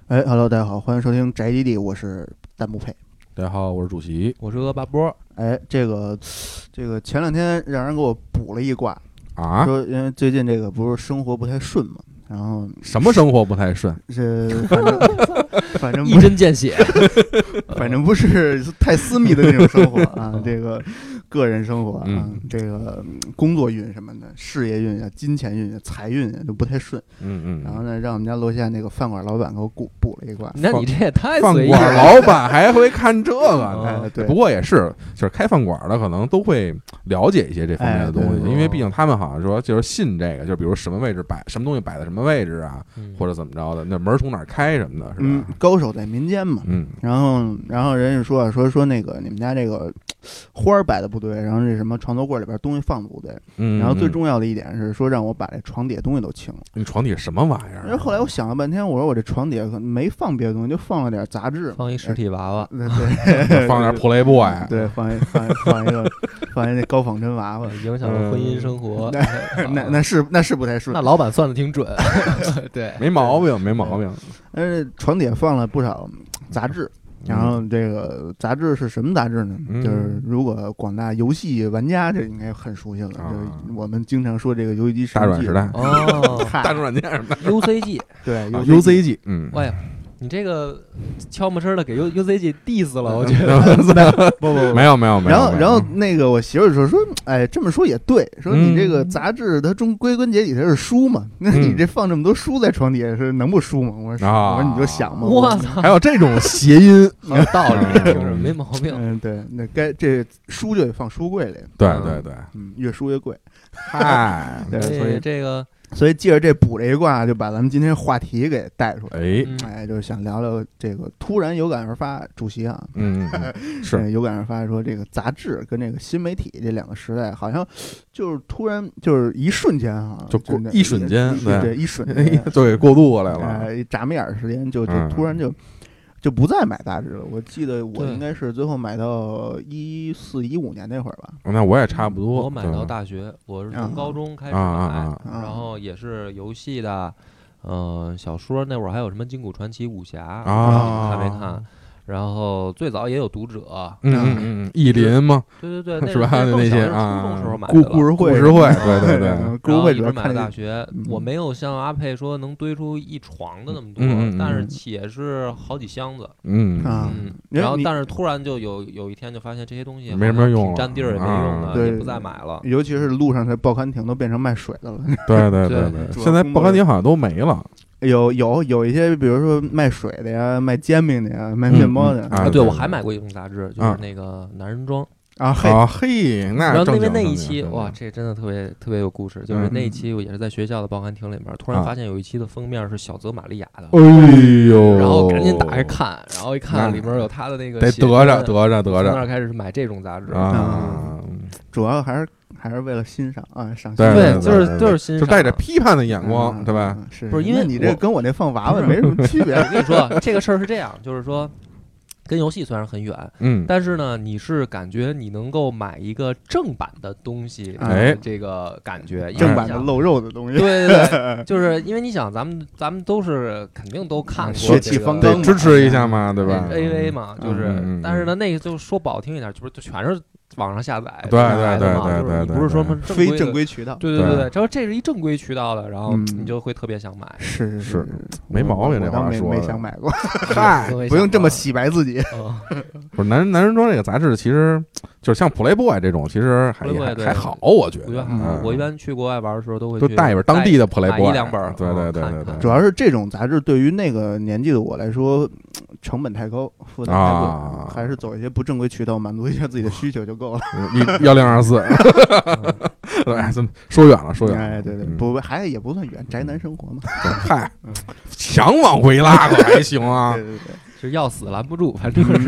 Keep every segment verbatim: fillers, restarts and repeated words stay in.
哎哈喽，大家好，欢迎收听宅基地，我是弹幕配。 大家好，我是主席， 我是恶霸波。 哎，这个这个前两天让人给我补了一卦啊， 说因为最近这个不是生活不太顺嘛，然后什么生活不太顺？ 这反正反正一针见血， 反正不是太私密的那种生活啊，这个个人生活啊， 嗯、 这个工作运什么的，事业运啊、金钱运啊、财运啊都不太顺。 嗯嗯。 然后呢，让我们家楼下那个饭馆老板给我补补了一卦。 那你这也太饭随意了。 馆老板还会看这个呢？ 哎，对。 不过也是，就是开饭馆的可能都会了解一些这方面的东西， 哎、 因为毕竟他们好像说就是信这个，就比如什么位置摆什么东西摆在什么位置啊， 嗯、 或者怎么着的，那门从哪儿开什么的，是吧？ 嗯，高手在民间嘛。 嗯。 然后，然后人家说啊，说说那个你们家这个花儿摆的不对，然后这什么床头柜里边东西放的不对。 嗯。 然后最重要的一点是说让我把这床底下东西都清了。 你床底下什么玩意儿、啊？ 然后后来我想了半天，我说我这床底下可能没放别的东西，就放了点杂志， 放一实体娃娃， 对对， 放点 Playboy， 对，放一放放一个放一那高仿真娃娃， 影响了婚姻生活。 那那那是那是不太顺。 那老板算的挺准，对， 没毛病，没毛病。 但是床底下放了不少杂志。然后这个杂志是什么杂志呢？ 嗯、 就是如果广大游戏玩家这应该很熟悉了， 啊、 就是我们经常说这个游戏机大软时代哦， 大众软件什么 U C G 对 U C G， 嗯， 哎呀，你这个悄没声的给 U U C G diss 了，我觉得不不没有没有没有。 然后然后那个我媳妇说说，哎，这么说也对，说你这个杂志它终归根结底它是书嘛，那你这放这么多书在床底下是能不书吗？我说我说你就想嘛， 我操， 还有这种谐音， 有道理，听着没毛病。 嗯，对，那该这书就得放书柜里， 对对对， 嗯，越书越贵， 嗨， 对，所以这个。 所以借着这补这一卦，就把咱们今天话题给带出来。 哎， 哎，就是想聊聊这个突然有感而发，主席啊， 嗯，是有感而发，说这个杂志跟这个新媒体这两个时代，好像就是突然就是一瞬间啊， 就过一瞬间， 对对，一瞬间就给过渡过来了， 哎，眨没眼的时间就就突然就。就不再买杂志了。我记得我应该是最后买到一四一五年那会儿吧。 那我也差不多。 我买到大学，我是从高中开始买，然后也是游戏的，嗯、呃，小说那会儿还有什么《金谷传奇》、武侠啊，看没看？然后最早也有读者， 嗯嗯嗯，意林嘛， 对对对， 是吧？那些啊， 故故事会， 故事会，对对对， 故事会里边买的大学，我没有像阿佩说能堆出一床的那么多，但是也是好几箱子， 嗯啊， 然后但是突然就有有一天就发现这些东西没什么用， 占地儿也没用的，也不再买了。 尤其是路上的报刊亭都变成卖水的了。 对对对对，现在报刊亭好像都没了。 有有有一些，比如说卖水的呀，卖煎饼的呀，卖面包的啊。 对，我还买过一种杂志，就是那个《男人装》 啊。 嘿，那然后因为那一期哇，这真的特别特别有故事。就是那一期我也是在学校的报刊亭里面，突然发现有一期的封面是小泽玛利亚的。 哎呦！ 然后赶紧打开看，然后一看里面有他的那个， 得得着得着得着。 从那开始买这种杂志啊， 主要还是。还是为了欣赏啊，赏心。 对，就是就是欣赏， 就带着批判的眼光，对吧？ 是不是因为你这跟我那放娃娃没什么区别？ 我跟你说，这个事儿是这样，就是说，跟游戏虽然很远， 嗯， 但是呢，你是感觉你能够买一个正版的东西， 哎， 这个感觉， 正版的露肉的东西， 对对对，就是因为你想，咱们咱们都是肯定都看过血气方刚， 支持一下嘛，对吧 ？A V 嘛，就是，但是呢，那个就说不好听一点，就是就全是。网上下载， 对对对对对对， 不是说什么非正规渠道， 对对对对，只要这是一正规渠道的，然后你就会特别想买。 是是是，没毛病，这话说没想买过， 嗨， 不用这么洗白自己。 不是男男人装这个杂志，其实就是像 Playboy 这种，其实还还好，我觉得。 我一般去国外玩的时候都会就带一本当地的 Playboy 一两本， 对对对对对。 主要是这种杂志对于那个年纪的我来说，成本太高，负担太贵，还是走一些不正规渠道，满足一下自己的需求就够了。 一幺零二四，对，这么说远了，说远了。 哎，对对，不还也不算远，宅男生活嘛。 嗨，强往回拉可还行啊。 对对对， 是要死拦不住，反正是。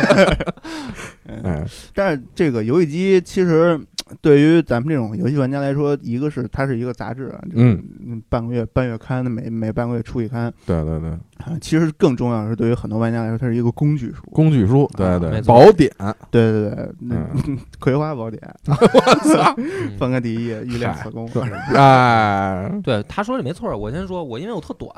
嗯，但是这个游戏机其实对于咱们这种游戏玩家来说，一个是它是一个杂志啊， 嗯， 半个月半月刊，每每半个月出一刊。 对对对。 啊，其实更重要的是，对于很多玩家来说，它是一个工具书。 工具书，对对，宝典， 对对对， 嗯， 葵花宝典， 我操， 翻开第一页，欲练此功。 哎， 对，他说的没错，我先说，我因为我特短，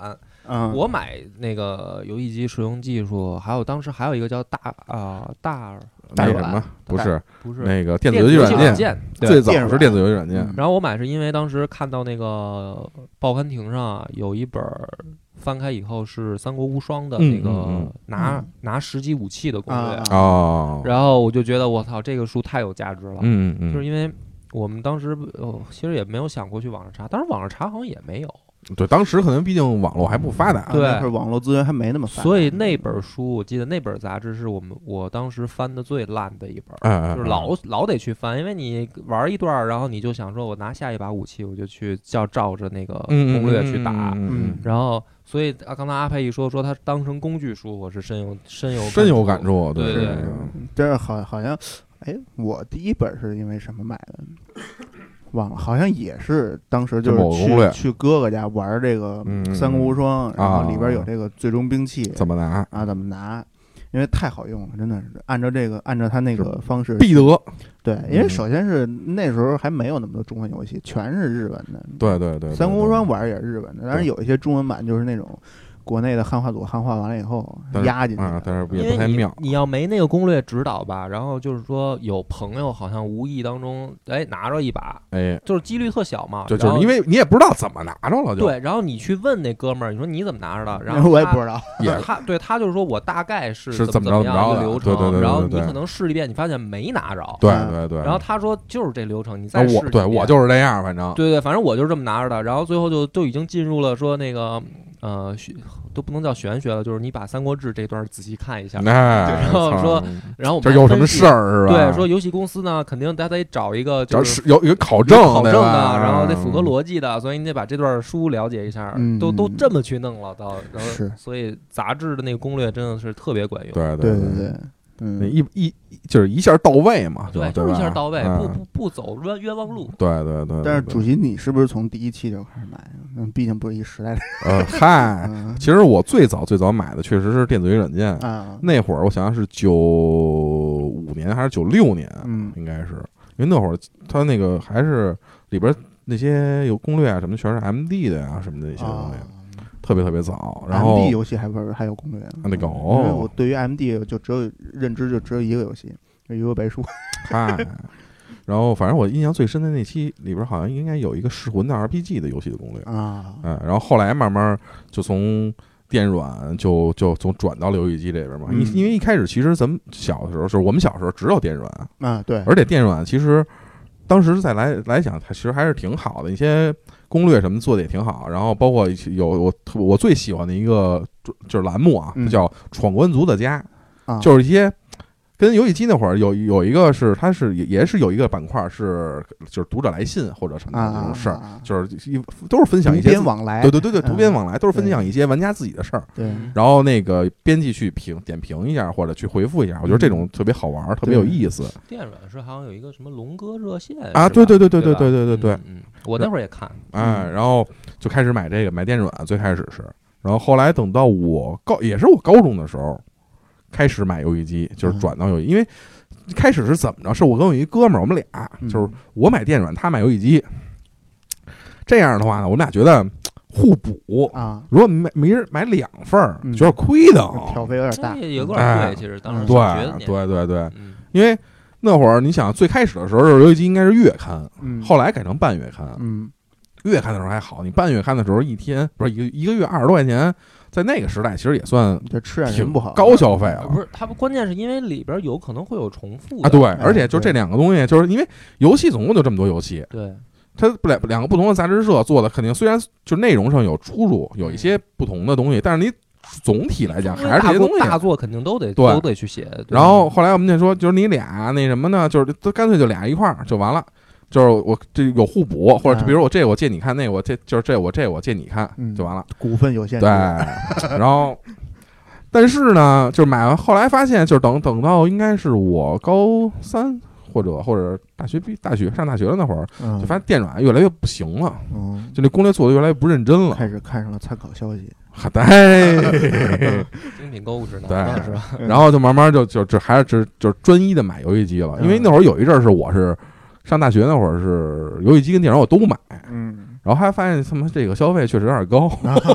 嗯， 我买那个游戏机使用技术，还有当时还有一个叫大啊、呃、大那什么不是不是那个电子游戏软件， 最早是电子游戏软件。 然后我买是因为当时看到那个报刊亭上有一本。翻开以后是《三国无双》的那个拿、嗯嗯、拿十级武器的攻略哦， 然后我就觉得我操，这个书太有价值了。 嗯嗯， 就是因为我们当时哦，其实也没有想过去网上查，当时网上查好像也没有。 对，当时可能毕竟网络还不发达， 对， 那会儿网络资源还没那么发达， 所以那本书我记得那本杂志是我们我当时翻的最烂的一本， 嗯、 就是老、嗯、老得去翻，因为你玩一段，然后你就想说我拿下一把武器，我就去叫照着那个攻略去打， 嗯嗯嗯、 然后所以啊，刚才阿佩一说说他当成工具书，我是深有深有深有感触， 对对对， 这好好像，哎，我第一本是因为什么买的？忘了，好像也是当时就是去去哥哥家玩这个《三国无双》，嗯，然后里边有这个最终兵器怎么拿啊？怎么拿？因为太好用了，真的是按照这个按照他那个方式必得。 对，因为首先是那时候还没有那么多中文游戏，全是日文的。 对对对， 《三国无双》玩也是日文的，但是有一些中文版就是那种。国内的汉化组汉化完了以后压进去啊，但是也不太妙。 你, 你要没那个攻略指导吧，然后就是说有朋友好像无意当中哎拿着一把， 哎， 就是几率特小嘛， 就就是因为你也不知道怎么拿着了就， 对，然后你去问那哥们儿，你说你怎么拿着的，然后我也不知道， 也他对他就是说我大概是是怎么着怎么样的流程， 对对对对对对， 然后你可能试一遍，你发现没拿着， 对对对， 然后他说就是这流程，你再试一遍， 我对我就是这样，反正对对，反正我就是这么拿着的，然后最后就就已经进入了说那个呃。都不能叫玄学了，就是你把《三国志》这段仔细看一下， 哎、 然后说，然后我们这有什么事儿是吧？ 对，说游戏公司呢，肯定他得找一个就是有有考证、 考证的，然后得符合逻辑的，所以你得把这段书了解一下， 嗯、 都都这么去弄了，到然后是， 所以杂志的那个攻略真的是特别管用， 对对对对。 嗯，一一就是一下到位嘛， 对，就是一下到位，不不不走冤冤枉路。 对对对。 但是主席，你是不是从第一期就开始买？嗯，毕竟不是一时代的。 呃，嗨，其实我最早最早买的确实是电子游戏软件啊。 那会儿我想想是九五年还是九六年， 嗯， 应该是，因为那会儿它那个还是里边那些有攻略啊什么，全是 M D 的呀什么的那些东西。特别特别早，然后 M D 游戏还不是还有攻略呢？ 那个，因为我对于 M D 就只有认知，就只有一个游戏，鱼尾白书。 嗨，然后反正我印象最深的那期里边，好像应该有一个噬魂的 R P G 的游戏的攻略啊。 嗯，然后后来慢慢就从电软就就从转到游戏机这边嘛。因、嗯、因为一开始其实咱们小的时候，就是我们小时候只有电软啊，对， 而且电软其实当时再来来讲，它其实还是挺好的，一些攻略什么做的也挺好，然后包括有我我最喜欢的一个就是栏目啊， 嗯、 叫闯关族的家， 啊、 就是一些跟游戏机那会儿有有一个是它是也是有一个板块是就是读者来信或者什么的这种事儿， 啊、 就是一都是分享一些图编往来， 对对对对，图编往来、 嗯、 都是分享一些玩家自己的事儿， 对， 然后那个编辑去评点评一下或者去回复一下，我觉得这种特别好玩，特别有意思。 电软是好像有一个什么龙哥热线啊，对对对对对对对对对， 嗯，嗯我那会儿也看， 哎，然后就开始买这个买电软，最开始是，然后后来等到我高也是我高中的时候开始买游戏机，就是转到游戏，因为开始是怎么着？是我跟我一哥们儿，我们俩就是我买电软，他买游戏机，这样的话呢，我们俩觉得互补啊。 如果没没人买两份儿，觉得亏的， 挑费有点大， 也有点贵。其实当时对对对对，因为那会儿你想最开始的时候，游戏机应该是月刊，后来改成半月刊。 嗯， 月刊的时候还好，你半月刊的时候一天不是一个一个月二十多块钱。在那个时代，其实也算挺不好， 高消费了。 不是，它关键是因为里边有可能会有重复啊，对，而且就这两个东西，就是因为游戏总共就这么多游戏， 对， 它不两两个不同的杂志社做的，肯定虽然就内容上有出入，有一些不同的东西，但是你总体来讲还是这些东西。 大作肯定都得都得去写。 然后后来我们就说，就是你俩那什么呢，就是都干脆就俩一块儿就完了。就是我这有互补，或者比如我这我借你看，那个我这就是这我这我借你看就完了， 股份有限。 对，然后但是呢，就是买完后来发现，就是等等到应该是我高三或者或者大学毕大学上大学的那会儿，就发现电软越来越不行了，就那攻略做的越来越不认真了， 开始看上了参考消息， 对， 精品购物指南， 对， 是吧？ 然后就慢慢就就就还是只就是专一的买游戏机了，因为那会儿有一阵是我是。上大学那会儿是游戏机跟电脑我都买， 嗯， 然后还发现他们这个消费确实有点高， 啊、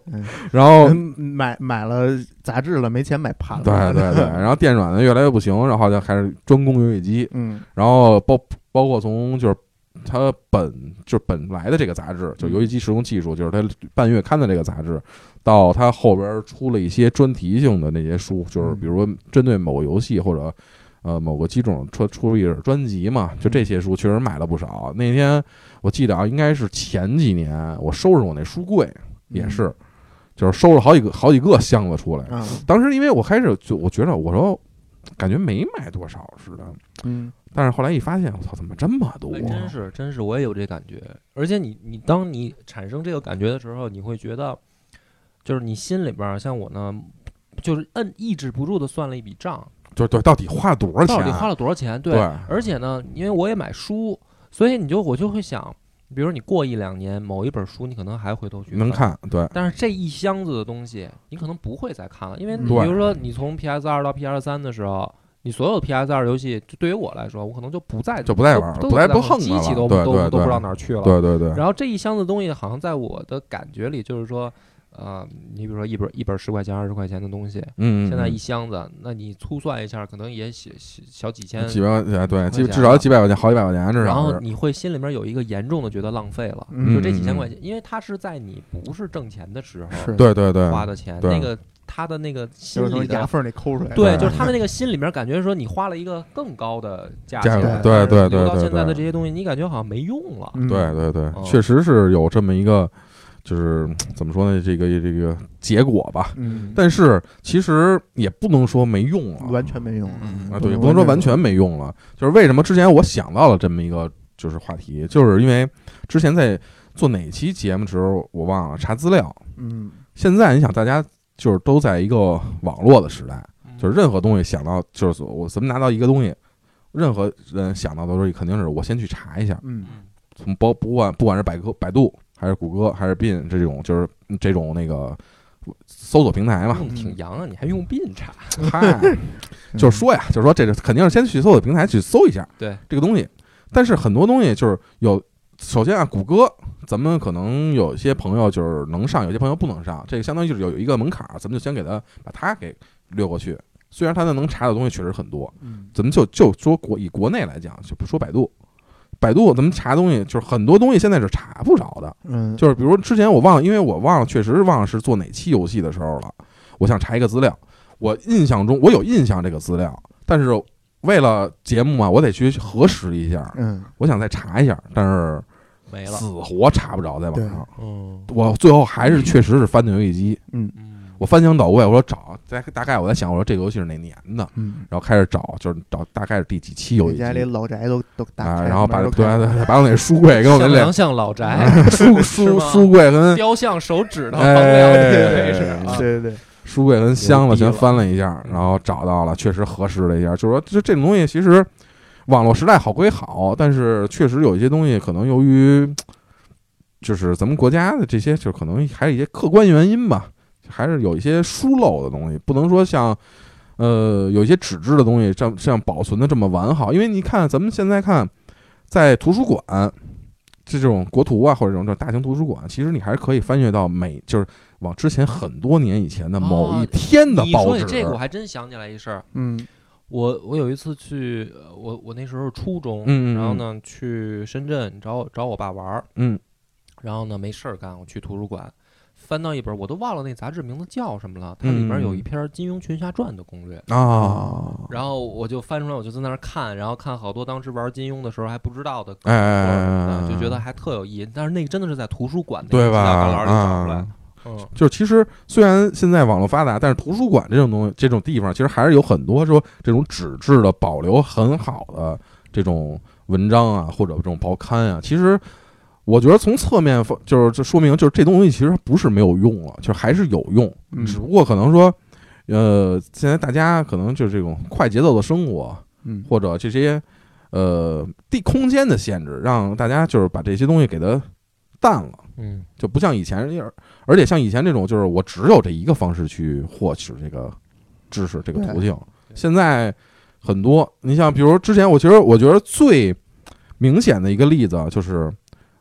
然后买买了杂志了，没钱买盘了。 对对对，然后电软呢越来越不行，然后就开始专攻游戏机。 嗯， 然后包包括从就是它本就是本来的这个杂志，就游戏机实用技术，就是它半月刊的这个杂志，到它后边出了一些专题性的那些书，就是比如针对某个游戏或者呃某个机种出出了一本专辑嘛，就这些书确实买了不少。那天我记得啊，应该是前几年我收拾我那书柜也是，就是收了好几个好几个箱子出来。当时因为我开始就我觉得我说感觉没买多少似的， 嗯。 但是后来一发现，我操，怎么这么多？ 真是，真是，我也有这感觉。而且你，你当你产生这个感觉的时候，你会觉得，就是你心里边，像我呢，就是摁抑制不住的算了一笔账， 就对，到底花了多少钱？ 到底花了多少钱？对。 对而且呢，因为我也买书，所以你就我就会想，比如你过一两年某一本书，你可能还回头去能看，对。 但是这一箱子的东西，你可能不会再看了，因为你比如说你从 P S 二到 P S 三的时候。你所有的 P S 二游戏，就对于我来说，我可能就不再就不再玩了，不再不横了， 机器都都都都不知道哪儿去了。 对对对。 然后这一箱子东西，好像在我的感觉里，就是说，呃，你比如说一本一本十块钱、二十块钱的东西， 嗯， 现在一箱子，那你粗算一下，可能也小小几千、 几百块钱，对，至至少几百块钱，好几百块钱至少。 然后你会心里面有一个严重的觉得浪费了， 嗯、 就这几千块钱，因为它是在你不是挣钱的时候， 对对对， 花的钱，那个。他的那个心里的牙缝里抠出来， 对，就是他的那个心里面感觉说你花了一个更高的价钱， 对对对， 到现在的这些东西，你感觉好像没用了。 对对对，确实是有这么一个，就是怎么说呢，这个这个结果吧。 嗯， 但是其实也不能说没用了， 完全没用啊，对，也不能说完全没用了。就是为什么之前我想到了这么一个就是话题，就是因为之前在做哪期节目的时候我忘了查资料， 嗯， 现在你想大家。就是都在一个网络的时代，就是任何东西想到，就是我怎么拿到一个东西，任何人想到的东西肯定是我先去查一下， 嗯， 从包不管不管是百科、百度还是谷歌还是 Bing 这种，就是这种那个搜索平台嘛， 挺洋啊，你还用 Bing 查？ 嗨，就是说呀，就是说这个肯定是先去搜索平台去搜一下， 对这个东西，但是很多东西就是有。首先啊，谷歌，咱们可能有些朋友就是能上，有些朋友不能上，这个相当于就是有一个门槛，咱们就先给他把它给略过去。虽然他那能查的东西确实很多，咱们就就说国以国内来讲，就不说百度，百度咱们查东西就是很多东西现在是查不着的， 嗯， 就是比如之前我忘了，因为我忘了，确实忘了是做哪期游戏的时候了，我想查一个资料，我印象中我有印象这个资料，但是。为了节目嘛，我得去核实一下。 嗯， 我想再查一下，但是没了， 死活查不着在网上。 嗯， 我最后还是确实是翻的游戏机。 嗯嗯， 我翻箱倒柜，我说找，大大概我在想，我说这个游戏是哪年的？ 嗯， 然后开始找，就是找大概是第几期游戏机。 家里老宅都都打开，然后把对对把我那书柜跟我那两像老宅书书书柜跟雕像手指头放两个位置， 对对对。 书柜跟箱子全翻了一下，然后找到了，确实核实了一下，就是说，这这种东西其实网络时代好归好，但是确实有一些东西可能由于就是咱们国家的这些，就可能还有一些客观原因吧，还是有一些疏漏的东西，不能说像呃有一些纸质的东西这样这样保存的这么完好，因为你看咱们现在看在图书馆这种国图啊，或者这种这种大型图书馆，其实你还是可以翻阅到每就是。往之前很多年以前的某一天的报纸， 你说这个我还真想起来一事儿。 嗯， 我我有一次去，我我那时候初中， 嗯， 然后呢去深圳找我找我爸玩儿， 嗯， 然后呢没事儿干，我去图书馆翻到一本，我都忘了那杂志名字叫什么了，它里边有一篇金庸群侠传的攻略啊， 然后我就翻出来，我就在那儿看，然后看好多当时玩金庸的时候还不知道的， 哎， 就觉得还特有意义。但是那个真的是在图书馆对吧？ 旮旯里找出来。 嗯，就是其实虽然现在网络发达，但是图书馆这种东西、这种地方，其实还是有很多说这种纸质的保留很好的这种文章啊，或者这种报刊啊。其实我觉得从侧面就是这说明，就是这东西其实不是没有用了，就是还是有用， 嗯、 只不过可能说，呃，现在大家可能就是这种快节奏的生活， 嗯， 或者这些呃地空间的限制，让大家就是把这些东西给它淡了。 嗯， 就不像以前，而且像以前这种，就是我只有这一个方式去获取这个知识，这个途径。现在很多，你像比如之前，我其实我觉得最明显的一个例子就是，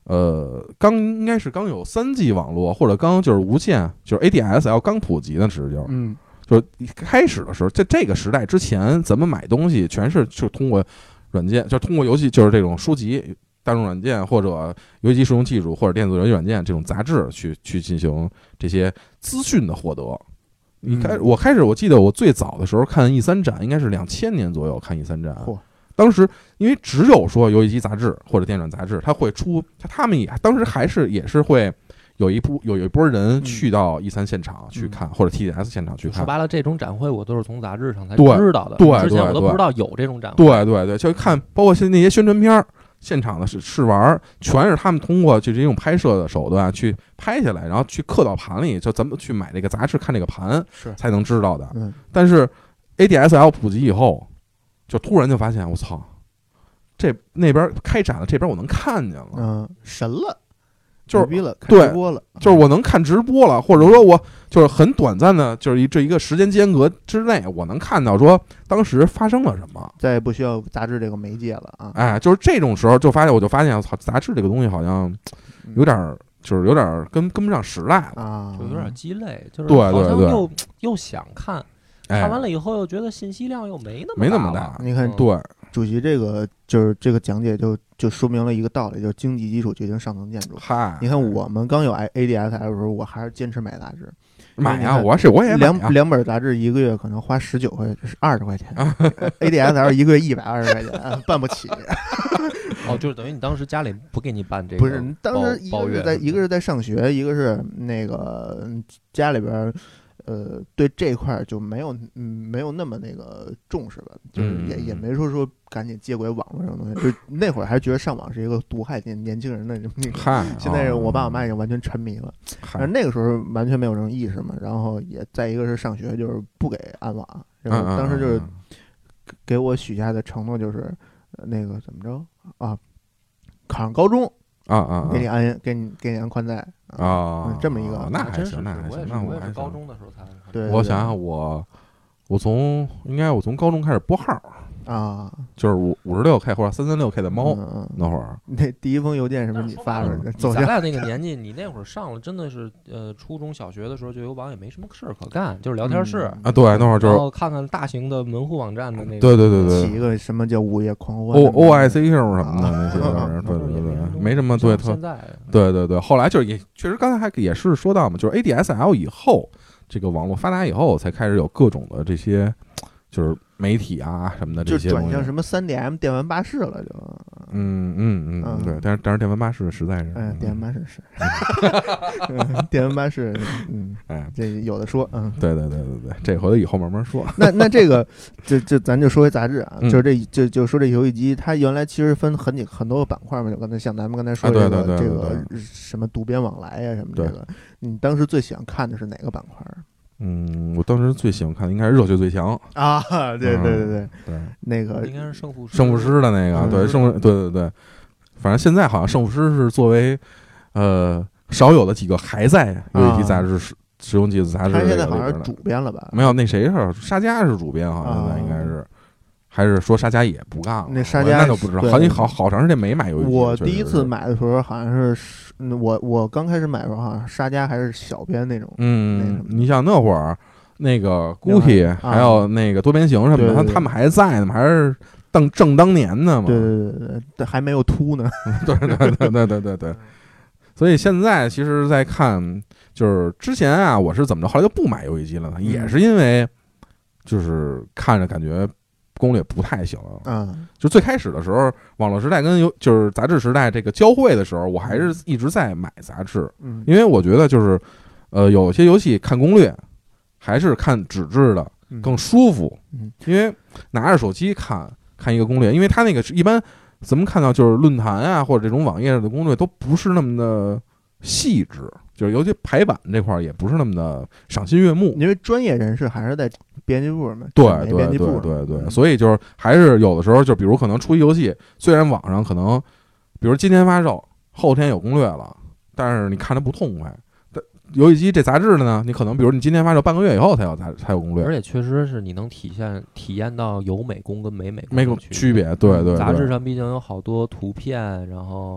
呃，刚应该是刚有三 G 网络，或者刚就是无线，就是 A D S L 刚普及的时候， 嗯， 就是开始的时候，在这个时代之前，咱们买东西全是就通过软件，就通过游戏，就是这种书籍、大众软件或者游戏机使用技术或者电子游戏软件这种杂志去去进行这些资讯的获得。你开，我开始我记得我最早的时候看 E 三展，应该是两千年左右看 E 三展。当时因为只有说游戏机杂志或者电转杂志，它会出，他们也当时还是也是会有一波有一波人去到 E 三现场去看， 嗯、 或者 T D S 现场去看。 说白了，这种展会我都是从杂志上才知道的， 对对， 之前我都不知道有这种展会。 对对对，就看包括现在那些宣传片。现场的试试玩，全是他们通过就这种拍摄的手段去拍下来，然后去刻到盘里，就咱们去买这个杂志看这个盘是才能知道的。 嗯， 但是 A D S L 普及以后，就突然就发现，我操，这那边开展了，这边我能看见了， 嗯，神了。 就是对， 直播了，就是我能看直播了，或者说我就是很短暂的，就是一这一个时间间隔之内，我能看到说当时发生了什么， 再也不需要杂志这个媒介了啊！ 哎，就是这种时候就发现，我就发现，操，杂志这个东西好像有点，就是有点跟跟不上时代了啊， 就有点鸡肋，就是对对对， 又又想看，看完了以后又觉得信息量又没那么没那么大， 你看， 对。 主席这个就是这个讲解就就说明了一个道理，就是经济基础决定上层建筑。 嗨， 你看我们刚有 A D S L 的时候，我还是坚持买杂志， 买呀，我是我也买两两本杂志一个月可能花十九块二十块钱，A D S L 一个月一百二十块钱，办不起。 哦，就是等于你当时家里不给你办这个， 不是，当时一个是在一个是在上学，一个是那个家里边。呃，对这块就没有，嗯，没有那么那个重视吧，就是也、嗯、也没说说赶紧接轨网络这种东西，就那会儿还觉得上网是一个毒害年年轻人的那个。 嗨， 现在我爸我妈已经完全沉迷了，但是那个时候完全没有这种意识嘛。然后也再一个是上学就是不给安网，然后当时就是给我许下的承诺就是那个怎么着啊，考上高中。 啊啊！ 给你安，给你给你安宽带啊、 嗯，这么一个， 那还行，那还行，那我也是高中的时候才。 对， 我想想，我我从应该我从高中开始拨号啊， 就是五五十六 K 或者三三六 K 的猫、 嗯、 那会儿。 那第一封邮件什么你发出来的？ 咱俩那个年纪，你那会儿上了真的是呃初中小学的时候就有网，也没什么事儿可干，就是聊天室、 嗯、啊。对，那会儿就是然后看看大型的门户网站的那个。 对对对对。 起一个什么叫午夜狂欢 ？O O I C Q 什么的那些，对对对对，没什么对特。 现在。 对对对，后来就是也确实刚才还也是说到嘛，就是 A D S L 以后，这个网络发达以后，才开始有各种的这些。就是媒体啊什么的这些东西， 就转向什么三 D M 电玩巴士了，就嗯嗯嗯对，但是但是电玩巴士实在是， 嗯，电玩巴士是，嗯、电玩巴士，嗯， 哎， 这有的说，嗯， 对对对对对，这回头以后慢慢说。 那那这个，就就咱就说回杂志啊， 嗯、 就是这就就说这游戏机，它原来其实分很几很多个板块嘛，就刚才像咱们刚才说这个、 啊、对对对对这个什么读编往来呀、啊、什么这个，你当时最喜欢看的是哪个板块？ 嗯，我当时最喜欢看的应该是《热血最强》 啊，对对对对对， 那个应该是胜负胜负师的那个，对胜对对对，反正现在好像胜负师是作为呃少有的几个还在游戏机杂志使使用机的杂志， 他现在好像是主编了吧？ 没有，那谁是沙加是主编，好像现在应该是。还是说沙加也不干了？ 那沙加那都不知道，好像好好长时间没买游戏机。 我第一次买的时候，好像是我我刚开始买的时候，好像沙加还是小编那种。 嗯，你像那会儿那个 Gucci 还有那个多边形什么的，他他们还在呢，还是当正当年呢嘛。 对对对对，还没有秃呢。 对对对对对对对。所以现在其实，在看就是之前啊，我是怎么着，后来就不买游戏机了呢？也是因为就是看着感觉。攻略不太行了， 嗯， 就最开始的时候，网络时代跟游就是杂志时代这个交汇的时候，我还是一直在买杂志， 嗯， 因为我觉得就是，呃，有些游戏看攻略还是看纸质的更舒服， 嗯， 因为拿着手机看看一个攻略，因为它那个一般咱们看到就是论坛啊或者这种网页的攻略都不是那么的细致，就是尤其排版这块也不是那么的赏心悦目， 因为专业人士还是在编辑部嘛， 对对对对对，所以就是还是有的时候，就比如可能出一游戏，虽然网上可能，比如今天发售，后天有攻略了，但是你看着不痛快。但游戏机这杂志的呢，你可能比如你今天发售半个月以后才有杂才有攻略， 而且确实是你能体现体验到有美工跟没美工没的区别，对对。 杂志上毕竟有好多图片，然后。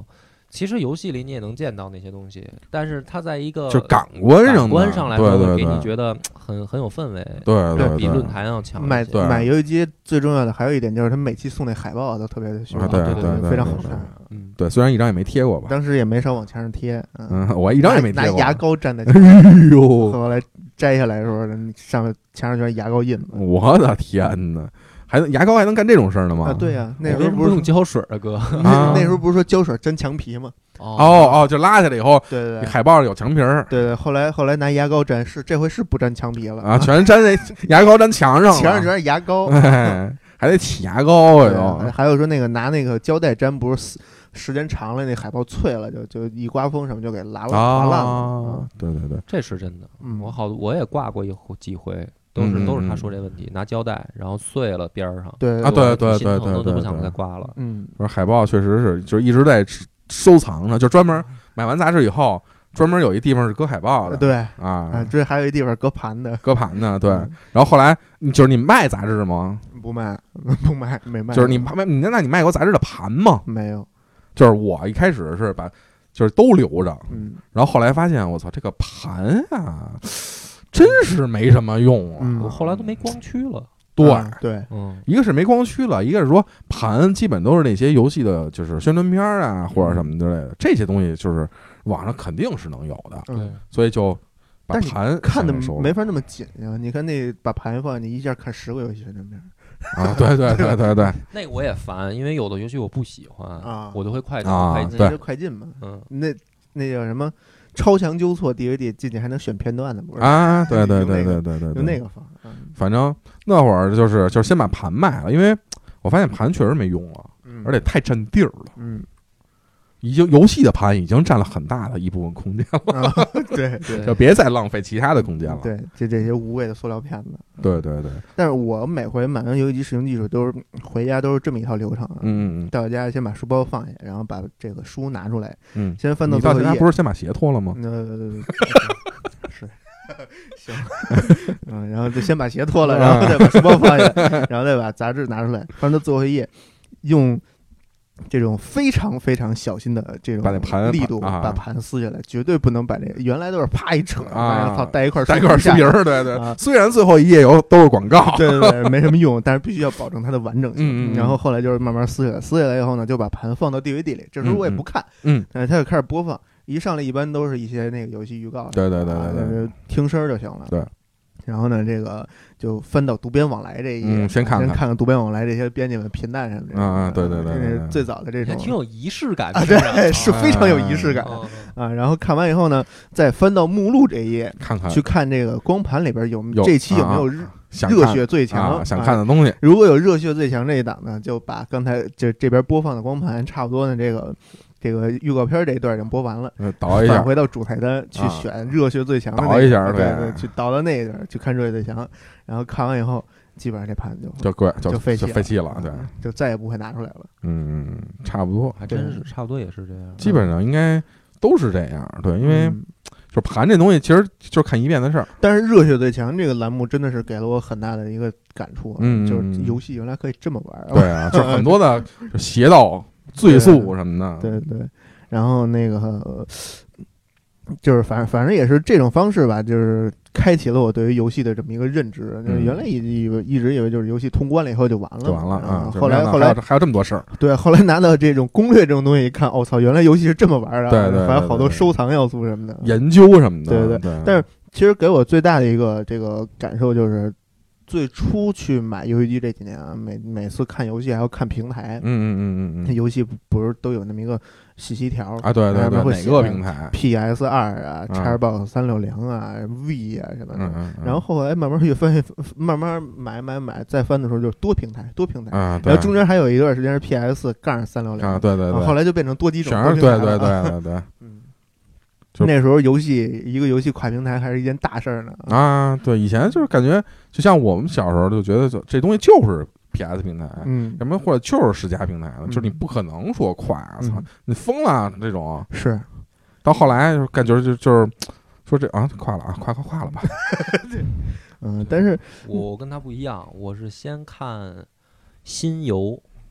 其实游戏里你也能见到那些东西，但是它在一个就感官上感官上来说， 对对对， 给你觉得很很有氛围， 对对， 比论坛要强。 买买游戏机最重要的还有一点就是他每期送那海报都特别的炫， 对对对， 非常好看。 嗯， 对，虽然一张也没贴过吧， 当时也没少往墙上贴。 嗯，我一张也没贴过， 拿牙膏粘在。 哎呦， 后来摘下来的时候，上面墙上全是牙膏印子。 我的天哪！还能牙膏还能干这种事儿呢吗？ 啊，对呀、啊，那时候不是用胶水啊，哥。 那那时候不是说胶水粘墙皮吗？ 哦哦，就拉下来以后， 对对对， 海报上有墙皮儿。 对对，后来后来拿牙膏粘，是这回是不粘墙皮了啊，全粘那牙膏粘墙上了， 墙上全是牙膏， 哎、还得起牙膏啊都。 还有说那个拿那个胶带粘，不是时间长了那海报脆了，就就一刮风什么就给拉了划烂了。 啊，对对对， 这是真的。 嗯， 我好我也挂过一几回。都是都是他说这问题，拿胶带然后碎了边上， 对啊，对对对对， 都不想再挂了。 嗯， 说海报确实是，就是一直在收藏着，就专门买完杂志以后，专门有一地方是搁海报的， 对啊， 这还有一地方搁盘的， 搁盘的，对。然后后来就是你卖杂志吗？ 不卖，不卖，没卖。 就是你卖你那你卖过杂志的盘吗？ 没有。 就是我一开始是把就是都留着， 嗯， 然后后来发现我操这个盘啊。真是没什么用啊！ 嗯、 我后来都没光驱了。 对、 嗯、对， 嗯，一个是没光驱了，一个是说盘基本都是那些游戏的，就是宣传片啊或者什么之类的，这些东西就是网上肯定是能有的。 嗯， 所以就把盘看的没法那么紧呀。你看那把盘放，你一下看十个游戏宣传片。 啊，对对对对对， 那个我也烦，因为有的游戏我不喜欢啊， 我就会快进啊， 快进， 对， 快进嘛。 嗯， 那那叫什么？超强纠错 D V D 进去还能选片段的，不是啊？对对对对对对， 就那个放。嗯、 反正那会儿就是就是先把盘卖了，因为我发现盘确实没用了， 嗯、 而且太占地儿了。 嗯， 已经游戏的盘已经占了很大的一部分空间了。 啊、对对， 就别再浪费其他的空间了。 对，就这些无谓的塑料片子。 对对对。 但是我每回买完游戏机使用技术都是回家都是这么一套流程。 嗯嗯。 到家先把书包放下，然后把这个书拿出来。 嗯。 先翻到最后一页。 你到家不是先把鞋脱了吗？ 呃，是。行。嗯，然后就先把鞋脱了，然后再把书包放下，然后再把杂志拿出来，翻到最后一页，用。这种非常非常小心的这种力度把盘撕下来，绝对不能把这原来都是啪一扯啊，操带一块带一块书皮儿，对对。 啊、 虽然最后一页有都是广告， 对对对，没什么用，但是必须要保证它的完整性。 嗯嗯。 然后后来就是慢慢撕下来，撕下来以后呢，就把盘放到 D V D 里。这时候我也不看， 嗯， 但是它就开始播放。一上来一般都是一些那个游戏预告， 对对对对对， 听声就行了。 对。 然后呢，这个就翻到读编往来这一页， 嗯、先看看先看看读编往来这些编辑们频弹什么的。 啊，对对对， 这是最早的这种， 挺有仪式感啊，对，是非常有仪式感啊。然后看完以后呢，再翻到目录这一页， 看看去看这个光盘里边有有这期有没有热热血最强想看的东西。 如果有热血最强这一档呢，就把刚才这这边播放的光盘差不多的这个。这个预告片这一段已经播完了， 倒一下， 返回到主台单去选热血最强的、那个， 倒一下， 对对，去倒到那一段去看热血最强，然后看完以后，基本上这盘就就贵， 就废弃就废弃了，对， 就再也不会拿出来了。 嗯，差不多， 还真是差不多也是这样， 基本上应该都是这样，对，因为就盘这东西其实就是看一遍的事儿。 但是热血最强这个栏目真的是给了我很大的一个感触， 嗯， 就是游戏原来可以这么玩， 对啊，就是很多的邪道、罪速什么的， 对对。然后那个、呃、就是反正反正也是这种方式吧，就是开启了我对于游戏的这么一个认知。就是原来以以为一直以为就是游戏通关了以后就完了， 就完了啊。 后来后来还有这么多事儿， 对，后来拿到这种攻略这种东西一看，我、哦、操，原来游戏是这么玩的， 对对， 还有好多收藏要素什么的， 研究什么的， 对对对。 但是其实给我最大的一个这个感受就是。最初去买游戏机这几年啊，每每次看游戏还要看平台， 嗯嗯嗯嗯， 游戏不是都有那么一个信息条啊？对对对，哪个平台 ？P S 二啊 ，Xbox 三六零啊 ，V 啊什么的。 嗯嗯。 然后后来慢慢越翻越，慢慢买买买，再翻的时候就是多平台，多平台啊。 然后中间还有一段时间是 P S 杠三六零啊，对对对。 后来就变成多机种， 对对对对对。 嗯。那时候游戏一个游戏跨平台还是一件大事儿呢啊！对，以前就是感觉，就像我们小时候就觉得，就这东西就是 P S 平台， 嗯， 什么或者就是世嘉平台的，就是你不可能说快啊！操，你疯了这种是。 到后来就感觉就就是说这啊，快了啊，快快快了吧！ 嗯，但是我跟他不一样，我是先看新游。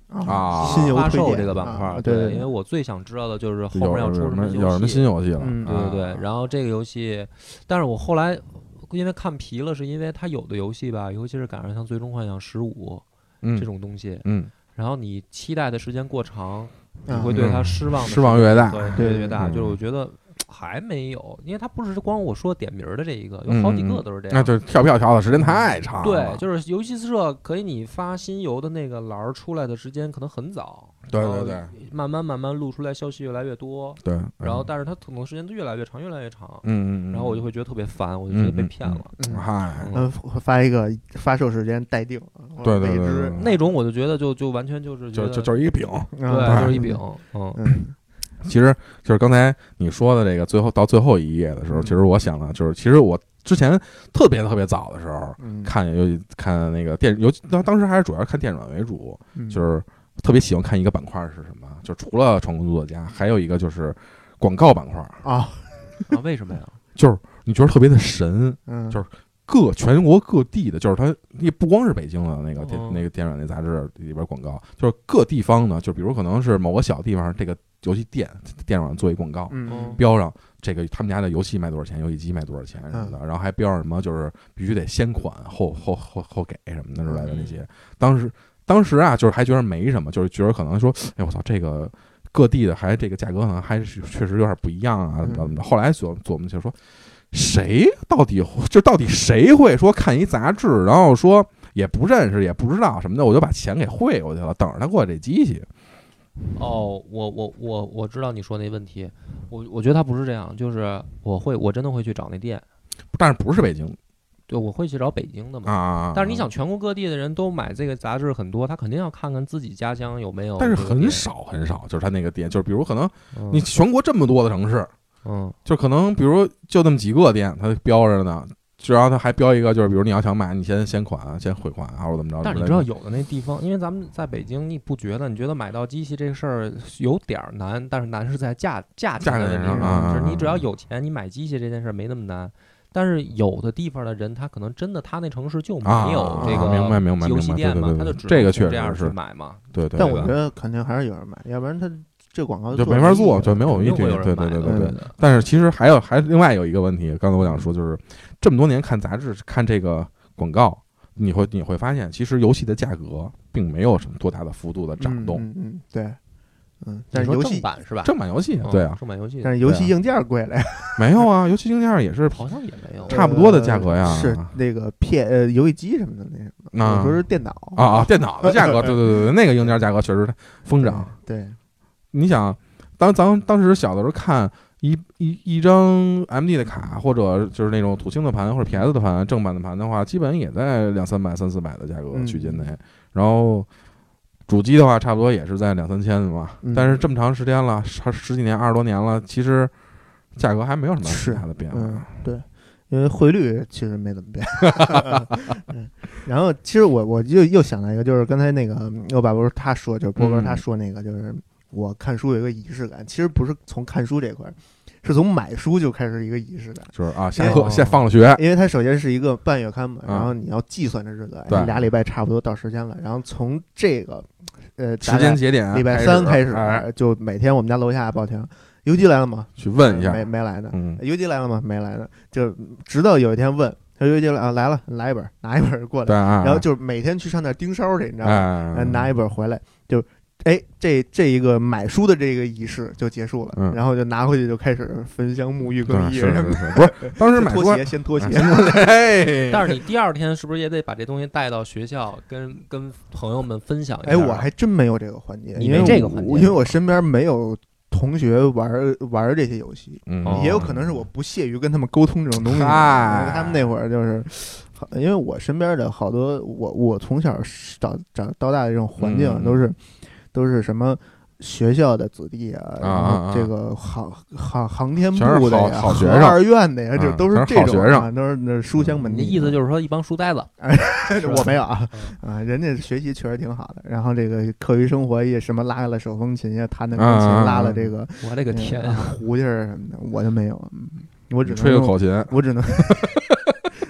啊， 新游发售这个板块， 对， 因为我最想知道的就是后面要出什么游戏， 有什么新游戏了， 对对对。然后这个游戏，但是我后来因为看疲了，是因为它有的游戏吧，尤其是赶上像《最终幻想十五》这种东西， 嗯， 然后你期待的时间过长，你会对它失望的失望越大， 对越大，就是我觉得。还没有，因为它不是光我说点名的这一个，有好几个都是这样。 那、嗯、就跳票跳的时间太长了。 对，就是游戏社可以你发新游的那个栏出来的时间可能很早， 对对对， 慢慢慢慢录出来消息越来越多， 对， 然后但是它可能时间越来越长，越来越长， 嗯嗯， 然后我就会觉得特别烦，我就觉得被骗了。 嗨， 嗯，发一个发售时间待定， 对对对， 那种我就觉得就就完全就是就就就是一个饼， 对，就是一饼，嗯。 其实就是刚才你说的这个，最后到最后一页的时候，其实我想的就是，其实我之前特别特别早的时候，看尤其看那个电，尤其当当时还是主要看电软为主，就是特别喜欢看一个板块是什么，就除了闯关作家，还有一个就是广告板块啊啊，为什么呀？ 就是你觉得特别的神，就是各全国各地的，就是它也不光是北京的那个电、哦、那个电软那杂志里边广告，就是各地方呢，就比如可能是某个小地方这个。游戏店电软做一广告， 嗯， 标上这个他们家的游戏卖多少钱，游戏机卖多少钱什么的，嗯、然后还标上什么就是必须得先款后后后后给什么的之类的那些。当时当时啊，就是还觉得没什么，就是觉得可能说，哎我操，这个各地的还这个价格可能还是确实有点不一样啊，怎么怎么的。后来琢琢磨就说，谁到底就到底谁会说看一杂志，然后说也不认识也不知道什么的，我就把钱给汇过去了，等着他过这机器。 哦，我我我我知道你说那问题，我我觉得他不是这样，就是我会我真的会去找那店， 但是不是北京， 对，我会去找北京的嘛。 啊！ 但是你想，全国各地的人都买这个杂志很多，他肯定要看看自己家乡有没有。 但是很少很少，就是他那个店，就是比如可能你全国这么多的城市， 嗯， 就可能比如就那么几个店，他标着呢。只要他还标一个，就是比如你要想买，你先先款，先汇款，或者怎么着。 但是你知道，有的那地方，因为咱们在北京，你不觉得？你觉得买到机器这事儿有点难，但是难是在价价钱的问题上。 啊、 就是你只要有钱，你买机器这件事没那么难。但是有的地方的人，他可能真的他那城市就没有这个明白明白游戏店嘛， 他就只这个确实这样去买嘛。 对对。 但我觉得肯定还是有人买，要不然他这广告就没法做，就没有一定对对对对对对。但是其实还有还另外有一个问题，刚才我想说就是。这么多年看杂志看这个广告，你会你会发现，其实游戏的价格并没有什么多大的幅度的涨动。 嗯 嗯, 嗯，对，嗯，但是游戏正版是吧？ 正版游戏，对啊， 正版游戏， 但是游戏硬件贵了呀。 没有啊，游戏硬件也是好像也没有差不多的价格呀。 是那个 P 呃游戏机什么的那什么，我说是电脑啊啊，电脑的价格，对对对对，那个硬件价格确实疯涨。 对， 你想，当咱当时小的时候看。一一一张 M D 的卡，或者就是那种土星的盘或者 P S 的盘，正版的盘的话，基本也在两三百、三四百的价格区间内。嗯、然后主机的话，差不多也是在两三千的嘛。 嗯、 但是这么长时间了，十十几年、二十多年了，其实价格还没有什么太大的变化。 嗯、对，因为汇率其实没怎么变。嗯、然后其实我我就又想到一个，就是刚才那个我爸不是他说，就是波哥他说那个就是。我看书有一个仪式感，其实不是从看书这块，是从买书就开始一个仪式感。 就是啊，下课先放了学， 因为它首先是一个半月刊嘛，然后你要计算这日子， 对， 俩礼拜差不多到时间了，然后从这个呃时间节点， 礼拜三开始， 哎、 就每天我们家楼下报亭，邮寄来了吗？ 去问一下， 没没来呢。 嗯， 邮寄来了吗？没来呢。就直到有一天问。他邮寄了啊，来了，来一本，拿一本过来， 对啊、 然后就是每天去上那盯梢去，你知道吗？ 哎、 拿一本回来就。哎，这这一个买书的这个仪式就结束了， 嗯、 然后就拿回去就开始焚香沐浴更衣什么的。不是，当时买脱鞋先脱鞋。 哎， 但是你第二天是不是也得把这东西带到学校，跟跟朋友们分享一下？ 哎，我还真没有这个环节， 因为这个环节， 因为我身边没有同学玩玩这些游戏， 嗯、 也有可能是我不屑于跟他们沟通这种东西。 哎、 他们那会儿就是。因为我身边的好多，我我从小长长到大的这种环境都是，嗯、都是什么学校的子弟啊， 啊然后这个航航航天部的呀， 好学生， 二院的呀，这都是这种学生， 都是那书香门第。 你的意思就是说一帮书呆子？ 我没有啊，啊，人家学习确实挺好的。然后这个课余生活也什么拉了手风琴呀，弹的钢琴，拉了这个， 我勒个天， 胡琴什么的，我就没有，我只能吹个口琴， 我只能。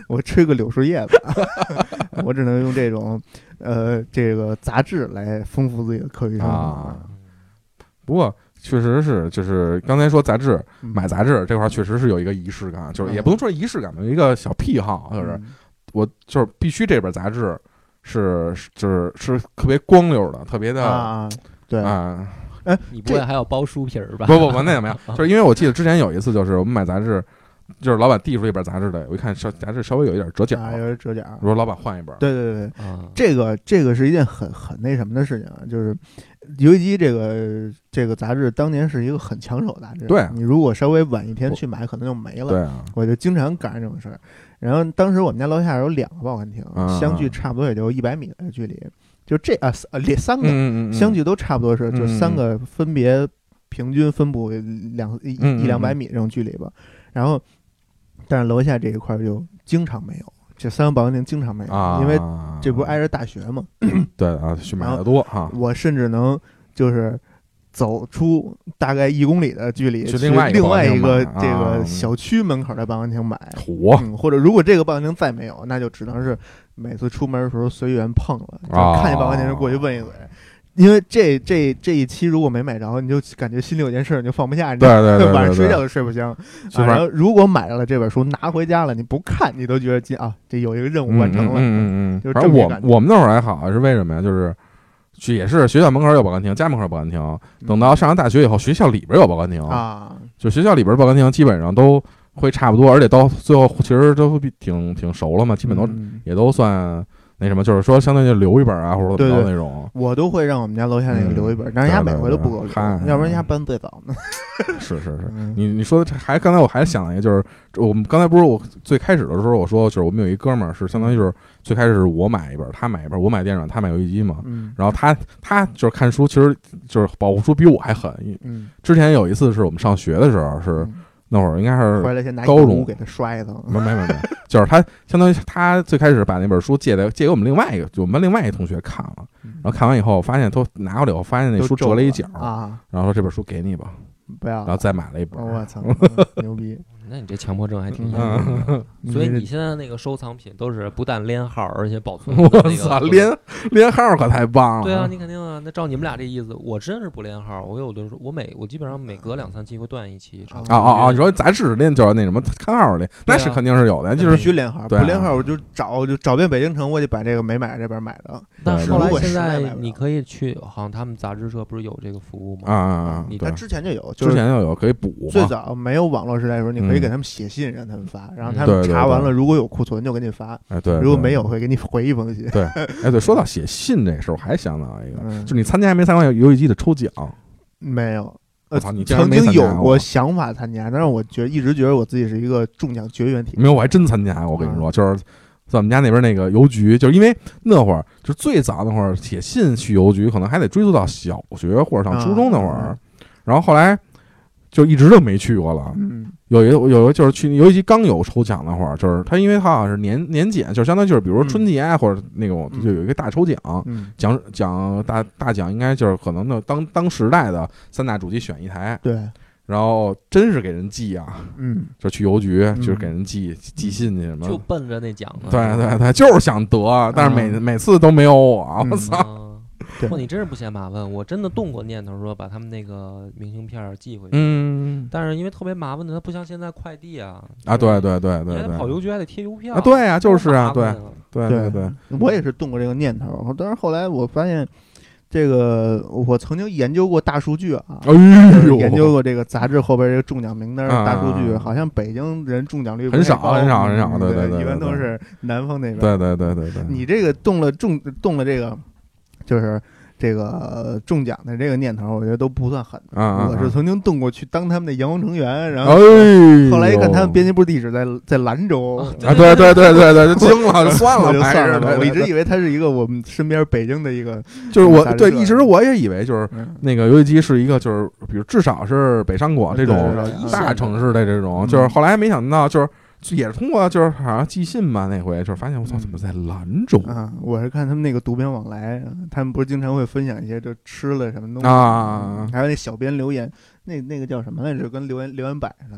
我吹个柳树叶子，我只能用这种呃这个杂志来丰富自己的课余生活。啊、 不过确实是，就是刚才说杂志，嗯、买杂志这块确实是有一个仪式感，就是也不能说仪式感吧，有一个小癖好，就是、嗯、我就是必须这本杂志是就是是特别光溜的，特别的啊，对啊。 哎，你不会还要包书皮儿吧？ 不不不，那也没有，就是因为我记得之前有一次，就是我们买杂志，就是老板递出一本杂志来，我一看稍杂志稍微有一点折角， 啊、有点折角， 我说老板换一本。 对对对，啊、这个这个是一件很很那什么的事情啊，就是游戏机这个这个杂志当年是一个很抢手的杂志， 对、啊， 你如果稍微晚一天去买，可能就没了。 对啊， 我就经常赶上这种事儿。然后当时我们家楼下有两个报刊亭， 啊、 相距差不多也就一百米的距离，就这啊呃三个、 嗯嗯嗯、 相距都差不多是，就三个分别。平均分布两一一两百米这种距离吧，然后，但是楼下这一块就经常没有，这三个报刊亭经常没有， 啊、 因为这不是挨着大学嘛。 对啊，去买的多哈。 我甚至能就是走出大概一公里的距离， 去另外另外一个这个小区门口的报刊亭买。 嚯、 嗯！或者如果这个报刊亭再没有，那就只能是每次出门的时候随缘碰了，就看见报刊亭就过去问一嘴。因为这这这一期如果没买着，你就感觉心里有件事你就放不下，你对对 对, 对, 对， 晚上睡觉都睡不香。啊、然后如果买了这本书拿回家了，你不看你都觉得今啊这有一个任务完成了。 嗯嗯嗯。 就是反正我我们那会儿还好，是为什么呀？就是也是学校门口有报刊亭，家门口有报刊亭。等到上了大学以后，学校里边有报刊亭啊， 就学校里边报刊亭基本上都会差不多，而且到最后其实都挺挺熟了嘛，基本都、 嗯、 也都算。那什么，就是说，相当于留一本啊，或者怎么着那种， 我都会让我们家楼下那个留一本，嗯、但是人家每回都不给我留，要不然人家搬最早呢。 是是是，嗯、你你说的还刚才我还想了一个，就是我们刚才不是我最开始的时候我说，就是我们有一哥们儿是相当于就是最开始是我买一本，他买一本，我买电软，他买游戏机嘛。 嗯。 然后他他就是看书，其实就是保护书比我还狠。 嗯。 之前有一次是我们上学的时候是。 嗯那会儿应该是回来先拿高中给他刷一层， 没没没没，就是他相当于他最开始把那本书借的借给我们另外一个，就我们另外一个同学看了，然后看完以后发现都拿过来以后，发现那书折了一角啊， 然后说这本书给你吧， 不要， 然后再买了一本。 我操，牛逼！ 那你这强迫症还挺严重的，所以你现在那个收藏品都是不但连号，而且保存。 我操，连连号可太棒了！ 对啊，你肯定啊。那照你们俩这意思，我真是不连号。我有的时候，我每我基本上每隔两三期会断一期。 啊啊啊！你说杂志连就是那什么看号连，那是肯定是有的，就是必须连号，不连号我就找就找遍北京城，我就把这个没买这本买的。 但是后来现在你可以去，好像他们杂志社不是有这个服务吗？ 啊啊啊！ 你看之前就有， 之前就有可以补。 最早没有网络时代的时候，你可以给他们写信。让他们发，然后他们查完了，如果有库存就给你发， 哎对， 如果没有会给你回一封信。 对，哎对，说到写信这事儿，我还想到一个，嗯、就你参加还没参加游戏机的抽奖？ 没有， 呃，你曾经有过想法参加，但是我觉得一直觉得我自己是一个中奖绝缘体。 没有，我还真参加，我跟你说，嗯、就是在我们家那边那个邮局，就是因为那会儿就最早那会儿写信去邮局，可能还得追溯到小学或者上初中那会儿，嗯、然后后来。就一直都没去过了。 嗯， 有一个有一个就是去游戏机刚有抽奖那会儿，就是他因为他好像是年年检，就相当于就是比如说春节啊、嗯、或者那种就有一个大抽奖， 嗯、 奖奖大大奖应该就是可能的当当时代的三大主机选一台。 对。 然后真是给人寄啊， 嗯， 就去邮局，就是给人寄、嗯、寄信去什么， 就奔着那奖了。 对对对，就是想得，但是每、嗯、每次都没有我，我操。 嗯哇，你真是不嫌麻烦！我真的动过念头说把他们那个明信片寄回去， 嗯， 但是因为特别麻烦的，它不像现在快递啊， 啊，对对对对， 你还得跑邮局，还得贴邮票啊，对啊，就是啊，对对对对， 我也是动过这个念头，但是后来我发现，这个我曾经研究过大数据啊， 哎呦， 研究过这个杂志后边这个中奖名单大数据，好像北京人中奖率很少很少很少，对对对， 一般都是南方那边， 对对对对对， 你这个动了中动了这个。就是这个中奖的这个念头，我觉得都不算狠的。 啊、 我是曾经动过去当他们的阳光成员，然后哎、 后来一看他们编辑部地址在在兰州， 啊， 对对对对对，就惊了，就算了， 就算了。 了我一直以为他是一个我们身边北京的一个， 就是我对一直我也以为就是那个游戏机是一个就是比如至少是北上广这种大城市的这种，就是后来没想到就是。也是通过就是好像寄信吧，那回就是发现我操，怎么在兰州啊？我是看他们那个读编往来，他们不是经常会分享一些就吃了什么东西啊， 还有那小编留言，那那个叫什么来着？跟留言留言板似的，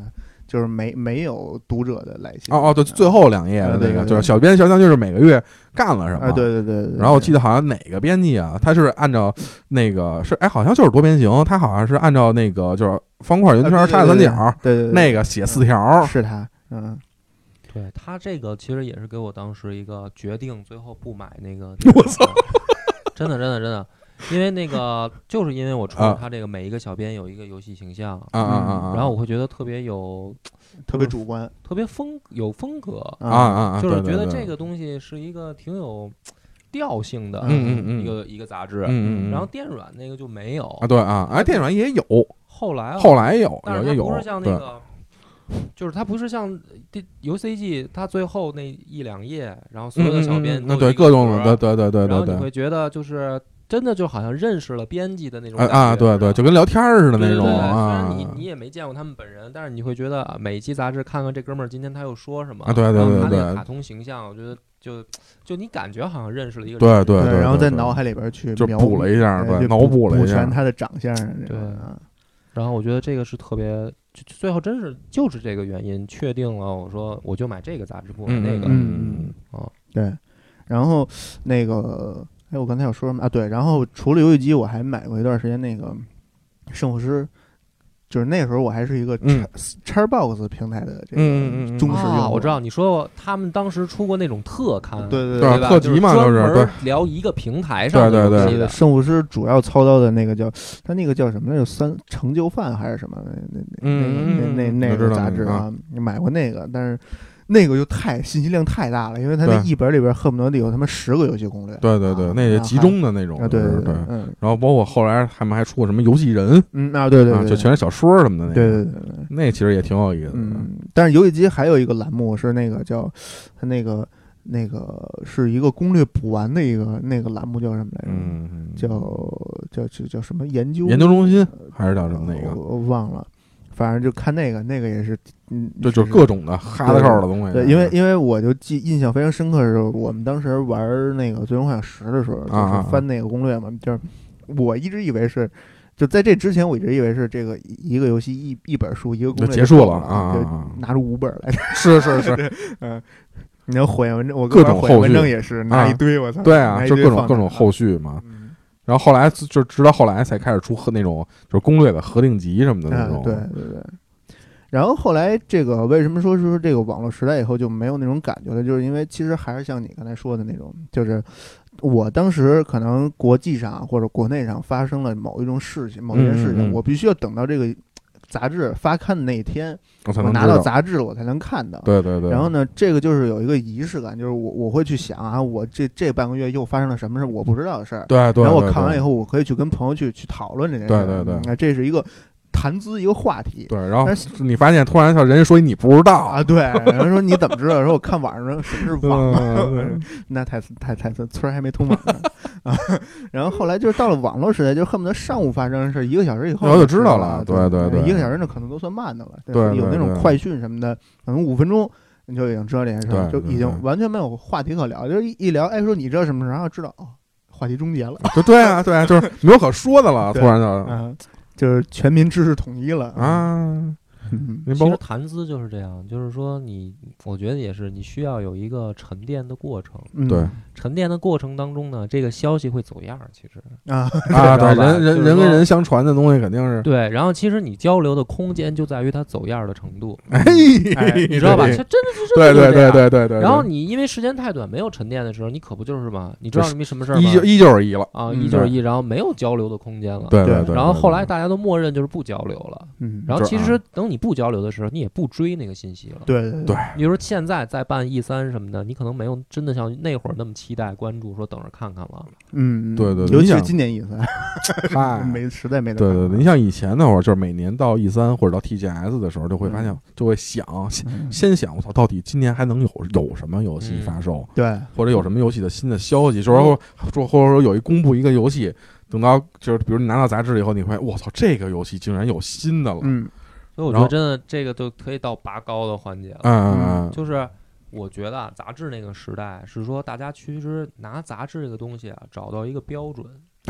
就是没没有读者的来信。 哦哦，对，最后两页的那个就是小编小将，就是每个月干了什么。 对对对。 然后我记得好像哪个编辑啊，他是按照那个是哎，好像就是多边形，他好像是按照那个就是方块圆圈叉三角， 对对， 那个写四条是他，嗯。 对他这个其实也是给我当时一个决定，最后不买那个。 我操！ 真的真的真的，因为那个就是因为我穿他这个每一个小编有一个游戏形象啊啊啊， 然后我会觉得特别有， 特别主观， 特别风有风格啊啊， 就是觉得这个东西是一个挺有调性的， 嗯嗯嗯， 一个一个杂志， 嗯嗯， 然后电软那个就没有啊，对啊，哎，电软也有， 后来后来有， 但是它不是像那个。 就是它不是像游 C G， 它最后那一两页，然后所有的小编都对各种的，对对对对， 然后你会觉得就是真的就好像认识了编辑的那种感觉啊，对对，就跟聊天似的那种啊。虽然你你也没见过他们本人，但是你会觉得每一期杂志看看这哥们儿今天他又说什么啊，对对对对， 他那个卡通形象，我觉得就就你感觉好像认识了一个人， 对对对， 然后在脑海里边去就补了一下，对，脑补了一下他的长相， 对。然后我觉得这个是特别，就最后真是就是这个原因确定了，我说我就买这个杂志，不买那个。 嗯嗯啊， 对。然后那个，哎，我刚才要说什么啊？对，然后除了游戏机，我还买过一段时间那个圣父师。就是那时候我还是一个叉 box 平台的这个忠实用户、 啊，我知道你说他们当时出过那种特刊， 对对对，特辑嘛， 就是对， 聊一个平台上的对对对， 圣父师主要操刀的那个叫他那个叫什么来着？三成就饭还是什么？那那那那那那个杂志啊，你买过那个，但是。那个就太信息量太大了，因为它那一本里边恨不得得有他妈十个游戏攻略。 对对对，那个集中的那种。 啊，对对对， 嗯。 然后包括后来他们还出过什么游戏人， 嗯啊，对对对， 就全是小说什么的那个。 对对对对， 那其实也挺有意思的。 嗯，但是游戏机还有一个栏目是那个叫它那个那个是一个攻略补完的一个那个栏目叫什么来着？ 嗯， 叫叫叫叫什么研究研究中心还是叫什么那个？ 我忘了。反正就看那个，那个也是，嗯， 对，就各种的哈的扣的东西。 对，因为因为我就记印象非常深刻的时候，我们当时玩那个《最终幻想十》的时候，就是翻那个攻略嘛，就是我一直以为是，就在这之前，我一直以为是这个一个游戏一一本书一个攻略结束了啊， 就拿出五本来， 是是是， 嗯，你要火焰文章，我各种后续文章也是拿一堆，我操， 对啊，就各种各种后续嘛。然后后来就直到后来才开始出那种就是攻略的核定集什么的那种， 对对对。然后后来这个为什么说是这个网络时代以后就没有那种感觉了？就是因为其实还是像你刚才说的那种，就是我当时可能国际上或者国内上发生了某一种事情、某一件事情， 嗯嗯我必须要等到这个杂志发刊的那一天， 我才能我拿到杂志了，我才能看到。 对对对。 然后呢，这个就是有一个仪式感，就是我我会去想啊，我这这半个月又发生了什么事我不知道的事儿。 对对。 然后我看完以后，我可以去跟朋友去去讨论这件事。 对对对。 那这是一个。谈资一个话题， 对，然后你发现突然人家说你不知道啊，对，然后说你怎么知道？说我看网上什么是网，嗯、那太太太村儿还没通网呢啊。然后后来就是到了网络时代，就恨不得上午发生的事，一个小时以后我就知道了。 对对对， 一个小时那可能都算慢的了。 对， 有那种快讯什么的，可能五分钟你就已经知道这件事，就已经完全没有话题可聊，就是一聊，哎，说你知道什么事，然后知道哦，话题终结了。 就对啊，对啊，就是没有可说的了，突然就。 嗯就是全民知识统一了啊！ 其实谈资就是这样，就是说你，我觉得也是，你需要有一个沉淀的过程。 对， 沉淀的过程当中呢，这个消息会走样，其实啊啊，对，人人人跟人相传的东西肯定是对。然后其实你交流的空间就在于它走样的程度， 哎， 你知道吧？它真的是对对对对对对。 然后你因为时间太短，没有沉淀的时候，你可不就是嘛？你知道什么事儿吗？ 一就一就是一了啊，一就是一，然后没有交流的空间了。 对对对。 然后后来大家都默认就是不交流了。 嗯。 然后其实等你不交流的时候，你也不追那个信息了。 对对对。 比如说现在在办 E 三什么的，你可能没有真的像那会儿那么期待关注，说等着看看了。 嗯， 对对对。 尤其是今年 E 三， 嗨， 没实在没得。 对对对，你像以前那会儿，就是每年到 E 三或者到 T G S 的时候，就会发现，就会想先想，我操，到底今年还能有有什么游戏发售？ 对， 或者有什么游戏的新的消息，就是说说或者说有一公布一个游戏，等到就是比如你拿到杂志以后，你会我操，这个游戏竟然有新的了。 嗯。 所以我觉得真的这个都可以到拔高的环节了。 嗯嗯， 就是我觉得啊，杂志那个时代是说大家其实拿杂志这个东西啊，找到一个标准。 哎，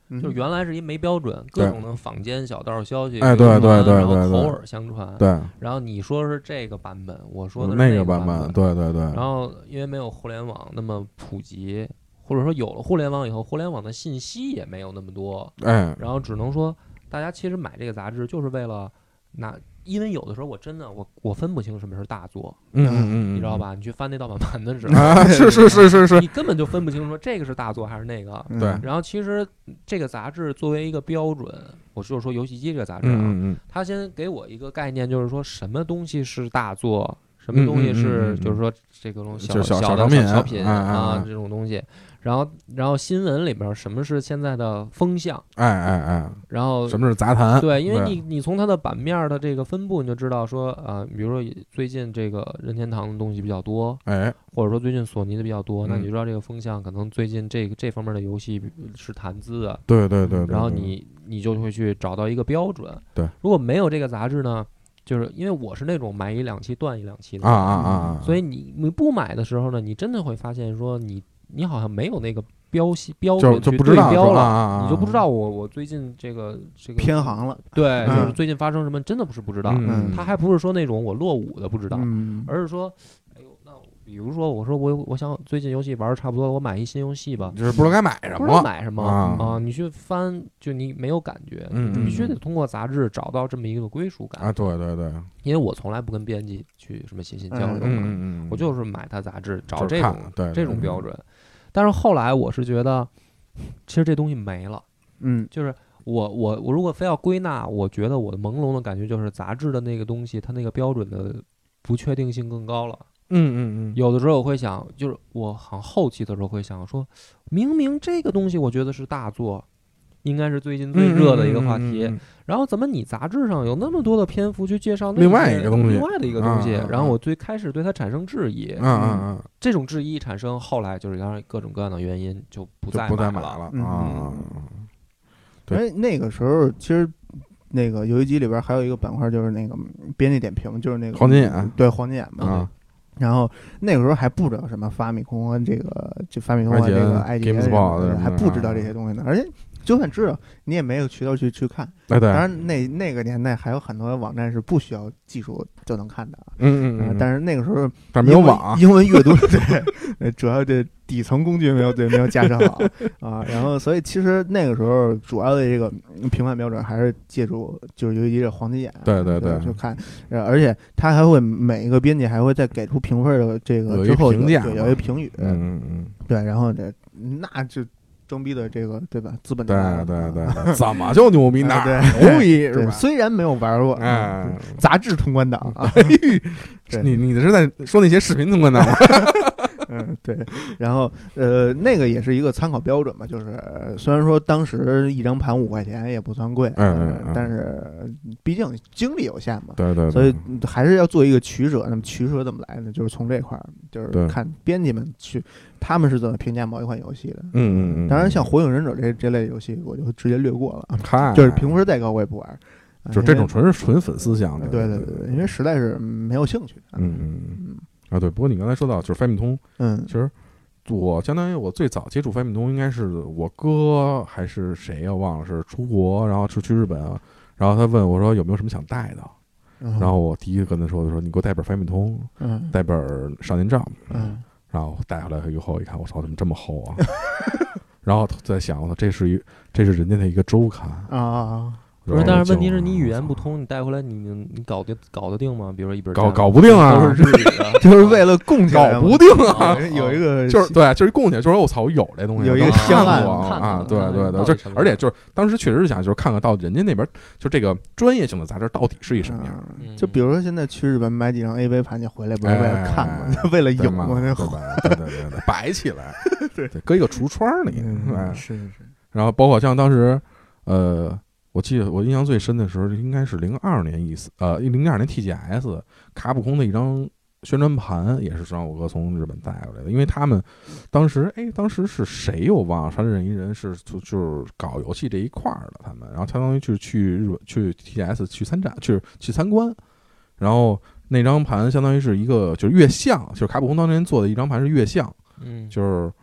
就是原来是一没标准，各种的坊间小道消息， 哎，对对对对对，口耳相传， 对。 然后你说是这个版本，我说的是那个版本，对对对。 然后因为没有互联网那么普及，或者说有了互联网以后，互联网的信息也没有那么多， 哎， 然后只能说大家其实买这个杂志就是为了拿。因为有的时候我真的我我分不清什么是大作， 嗯嗯你知道吧？你去翻那盗版盘的时候，啊、是是是是是， 你根本就分不清说这个是大作还是那个。 对。 然后其实这个杂志作为一个标准，我就是说游戏机这个杂志啊， 嗯嗯它先给我一个概念，就是说什么东西是大作，什么东西是、 嗯嗯、 就是说这个东西小小小的品小品啊, 啊, 啊这种东西。然后，然后新闻里边什么是现在的风向？ 哎哎哎， 然后什么是杂谈？ 对，因为你你从它的版面的这个分布，你就知道说啊、呃，比如说最近这个任天堂的东西比较多， 哎， 或者说最近索尼的比较多， 嗯、 那你知道这个风向可能最近这个这方面的游戏是谈资的， 对对 对, 对, 对。 然后你你就会去找到一个标准。 对， 如果没有这个杂志呢？就是因为我是那种买一两期断一两期的啊啊啊， 所以你你不买的时候呢，你真的会发现说你你好像没有那个标标准去对标了， 啊、 你就不知道我我最近这个这个偏航了， 对， 嗯、 就是最近发生什么，真的不是不知道， 嗯、 他还不是说那种我落伍的不知道， 嗯、 而是说，哎呦，那比如说我说我我想最近游戏玩的差不多，我买一新游戏吧， 就是不知道该买什么， 不知道买什么啊、 啊，你去翻就你没有感觉， 嗯、 你必须得通过杂志找到这么一个归属感啊，对对对。 因为我从来不跟编辑去什么写信交流， 嗯嗯我就是买他杂志找这种对这种标准。但是后来我是觉得，其实这东西没了。 嗯， 就是我我我如果非要归纳，我觉得我的朦胧的感觉就是杂志的那个东西，它那个标准的不确定性更高了。 嗯嗯嗯。 有的时候我会想，就是我很后期的时候会想说，明明这个东西我觉得是大作。应该是最近最热的一个话题， 嗯嗯嗯嗯、 然后怎么你杂志上有那么多的篇幅去介绍另外一个东西， 另外的一个东西， 啊、 然后我最开始对它产生质疑， 啊啊啊， 这种质疑产生，后来就是让各种各样的原因就不再不再买了了啊。 对，那个时候其实那个游戏机里边还有一个板块，就是那个编辑点评，就是那个黄金眼， 对黄金眼嘛。 啊然后那个时候还不知道什么发米通和这个就发米通和这个埃及还不知道这些东西呢，而且就算知道，你也没有渠道去去看。 哎，对。 当然那那个年代还有很多网站是不需要技术就能看的。 嗯嗯嗯。 但是那个时候但没有网， 英文阅读对，主要的底层工具没有对没有架设好啊。然后所以其实那个时候主要的这个评判标准还是借助就是游戏机的黄金眼。 对对对。 就看，而且他还会每一个编辑还会再给出评分的这个之后评价， 对，有一个评语。 嗯嗯。 对，然后这那就。装逼的这个对吧？资本对对对，怎么就牛逼哪儿牛逼是吧？ 虽然没有玩过， 哎， 杂志通关档啊， 你你是在说那些视频通关档吗？ 嗯，对。然后呃，那个也是一个参考标准嘛，就是虽然说当时一张盘五块钱也不算贵， 嗯嗯， 但是毕竟精力有限嘛， 对对， 所以还是要做一个取舍。那么取舍怎么来呢？就是从这块儿，就是看编辑们去。他们是怎么评价某一款游戏的？ 嗯嗯嗯。 当然，像《火影忍者》这这类游戏，我就直接略过了。 嗨， 就是评分再高我也不玩。 就这种纯是纯粉丝向的。 对对对，因为实在是没有兴趣。 嗯嗯嗯。啊，对。不过你刚才说到就是发米通， 嗯， 其实我相当于我最早接触发米通，应该是我哥还是谁呀？忘了是出国，然后是去日本，然后他问我说有没有什么想带的。然后我第一个跟他说的说，你给我带本发米通， 嗯， 带本少年帐， 嗯。 然后带回来以后一看，我操，怎么这么厚啊？然后在想，我操，这是一这是人家的一个周刊啊。 不是，但是问题是你语言不通，你带回来你你搞得搞得定吗？比如说一本搞搞不定啊， 都是日语的， 就是为了供起来， 搞不定啊。 有一个就是对，就是供起来，就是我操，我有这东西， 有一个看过啊，对对对，就而且就是当时确实是想，就是看看到人家那边就这个专业性的杂志到底是一什么样。 就比如说现在去日本买几张 A V 盘，你回来不是为了看吗？为了有吗？ 对对对对，摆起来，对，搁一个橱窗里， 是是是。 然后包括像当时，呃。我记得我印象最深的时候，应该是零二年意思，呃，零二年 T G S 卡普空的一张宣传盘，也是让我哥从日本带过来的。因为他们当时，哎，当时是谁我忘了，反正一人是就就是搞游戏这一块的，他们，然后相当于就是去日本去 T G S 去参展，去去参观，然后那张盘相当于是一个就是月相，就是卡普空当年做的一张盘是月相， 嗯， 就是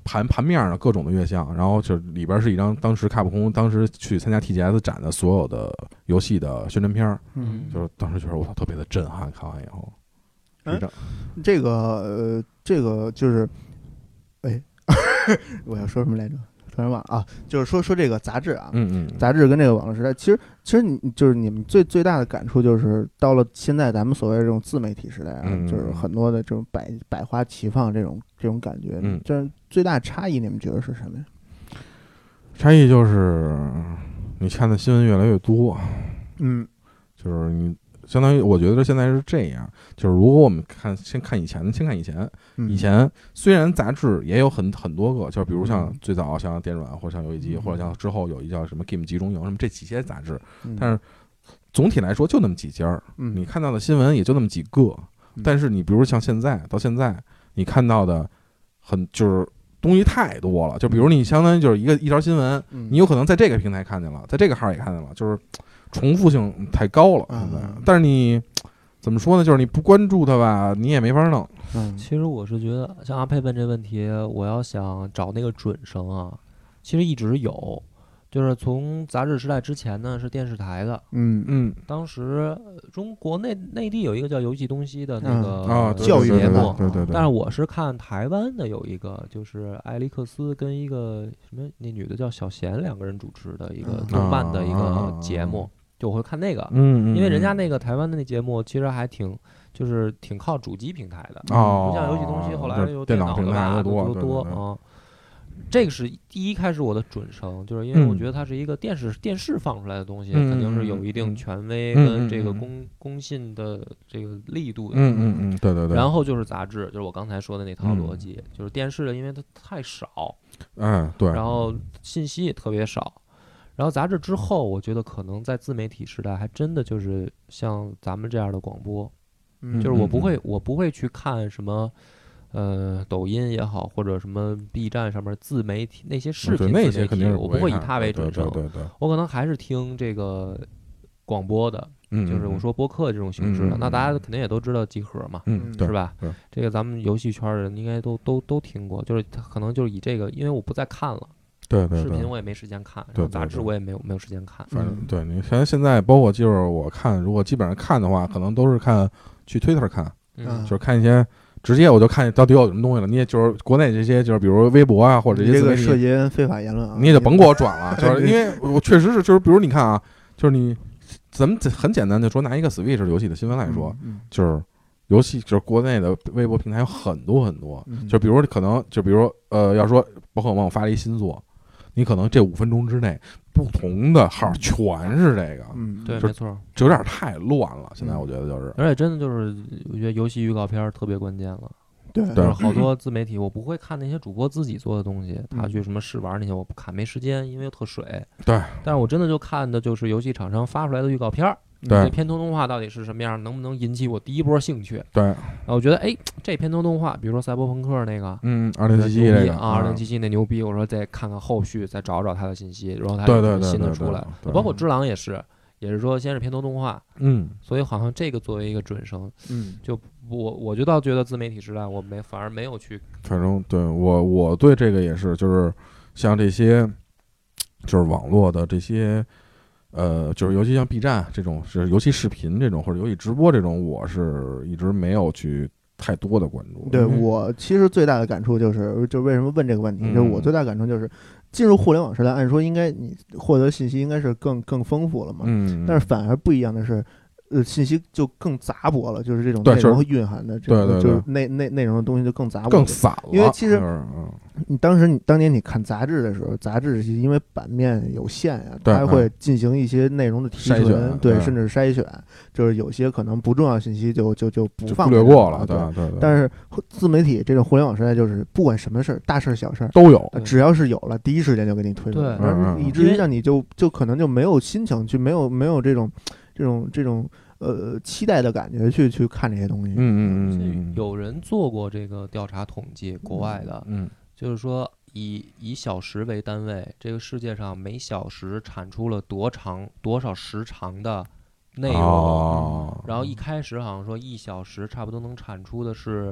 盘盘面的各种的月相，然后就里边是一张当时卡普空当时去参加 T G S 展的所有的游戏的宣传片， 嗯， 就是当时觉得我操特别的震撼，看完以后， 嗯，这个呃，这个就是，哎，我要说什么来着？突然忘了啊，就是说说这个杂志啊， 嗯嗯， 杂志跟这个网络时代，其实其实你就是你们最最大的感触就是到了现在咱们所谓这种自媒体时代啊， 嗯、 就是很多的这种百百花齐放这种这种感觉， 嗯， 就是最大差异，你们觉得是什么呀？ 差异就是你看的新闻越来越多， 嗯， 就是你。相当于我觉得现在是这样，就是如果我们看先看以前，先看以前， 嗯、 以前虽然杂志也有很很多个，就是比如像最早像电软或者像游戏机， 嗯、 或者像之后有一叫什么 Game 集中营什么这几些杂志， 嗯、 但是总体来说就那么几家， 嗯、 你看到的新闻也就那么几个， 嗯、 但是你比如像现在到现在，你看到的很就是东西太多了，就比如你相当于就是一个一条新闻， 嗯、 你有可能在这个平台看见了，在这个号也看见了，就是重复性太高了，现在， 嗯、 但是你。怎么说呢？就是你不关注它吧，你也没法弄。 嗯， 其实我是觉得，像阿佩问这问题，我要想找那个准绳啊，其实一直有，就是从杂志时代之前呢是电视台的， 嗯嗯， 当时中国内内地有一个叫游戏东西的那个、 嗯啊、 教育节目， 对对对。 但是我是看台湾的有一个，就是艾利克斯跟一个什么那女的叫小贤两个人主持的一个动漫的一个节目。 啊就我会看那个， 嗯， 因为人家那个台湾的那节目其实还挺，就是挺靠主机平台的， 哦， 不像游戏东西后来有电脑的吧， 多多啊。这个是第一开始我的准绳，就是因为我觉得它是一个电视电视放出来的东西，肯定是有一定权威跟这个公公信的这个力度的。 嗯嗯嗯，对对对。 然后就是杂志，就是我刚才说的那套逻辑，就是电视的，因为它太少， 嗯对， 然后信息也特别少。然后杂志之后，我觉得可能在自媒体时代，还真的就是像咱们这样的广播， 嗯、 就是我不会，我不会去看什么，呃，抖音也好，或者什么 B 站上面自媒体那些视频， 那些肯定我不会以它为准绳， 对对对， 我可能还是听这个广播的， 嗯， 就是我说播客这种形式的。 嗯、 那大家肯定也都知道集合嘛， 嗯， 是吧？ 对， 这个咱们游戏圈人应该都都都听过，就是可能就是以这个，因为我不再看了。 对对， 视频我也没时间看， 对杂志我也没有没有时间看。 反正对你看现在，包括就是我看，如果基本上看的话，可能都是看去 Twitter 看， 嗯， 就是看一些直接我就看到底有什么东西了。你也就是国内这些，就是比如微博啊，或者这些这个涉及非法言论啊， 你也得甭给我转了，就是因为我确实是，就是比如你看啊，就是你咱们很简单的说，拿一个 Switch 游戏的新闻来说， 嗯， 就是游戏就是国内的微博平台有很多很多， 嗯、 就比如可能就比如呃，要说宝可梦发了一新作。你可能这五分钟之内，不同的号全是这个， 嗯， 对，没错， 这有点太乱了。现在我觉得就是， 而且真的就是，我觉得游戏预告片特别关键了。 对， 就是好多自媒体，我不会看那些主播自己做的东西， 嗯、 他去什么试玩那些，我不看，没时间，因为又特水。 对， 但是我真的就看的就是游戏厂商发出来的预告片。 对， 片头动画到底是什么样，能不能引起我第一波兴趣？ 对， 然后我觉得，哎，这片头动画，比如说赛博朋克那个， 嗯，二零七七那个啊，二零七七那牛逼，我说再看看后续，再找找他的信息，然后他有什么新的出来。包括只狼也是，也是说先是片头动画， 嗯， 所以好像这个作为一个准绳， 嗯， 就我我就倒觉得自媒体时代，我没反而没有去， 反正对我我对这个也是，就是像这些，就是网络的这些。呃，就是尤其像 B 站这种是游戏视频这种或者游戏直播这种，我是一直没有去太多的关注。 对，我其实最大的感触就是，就为什么问这个问题， 嗯、 就是我最大的感触就是，进入互联网时代，按说应该你获得信息应该是更更丰富了嘛， 嗯， 但是反而不一样的是。呃，信息就更杂博了，就是这种内容和蕴含的这个，就是内内内容的东西就更杂博、 更散了。 因为其实， 嗯、 你当时你当年你看杂志的时候，杂志因为版面有限呀、啊，它还会进行一些内容的提纯，对，甚至筛选，就是有些可能不重要信息就就就不放略过了， 对对对。 但是自媒体这种互联网时代，就是不管什么事儿，大事儿小事儿都有， 只要是有了，第一时间就给你推出来， 对， 以至于让你就就可能就没有心情去，没有没有这种这种这种。呃，期待的感觉去去看这些东西。 嗯嗯嗯， 有人做过这个调查统计，国外的， 嗯， 就是说以以小时为单位，这个世界上每小时产出了多长多少时长的内容， 哦、 然后一开始好像说一小时差不多能产出的是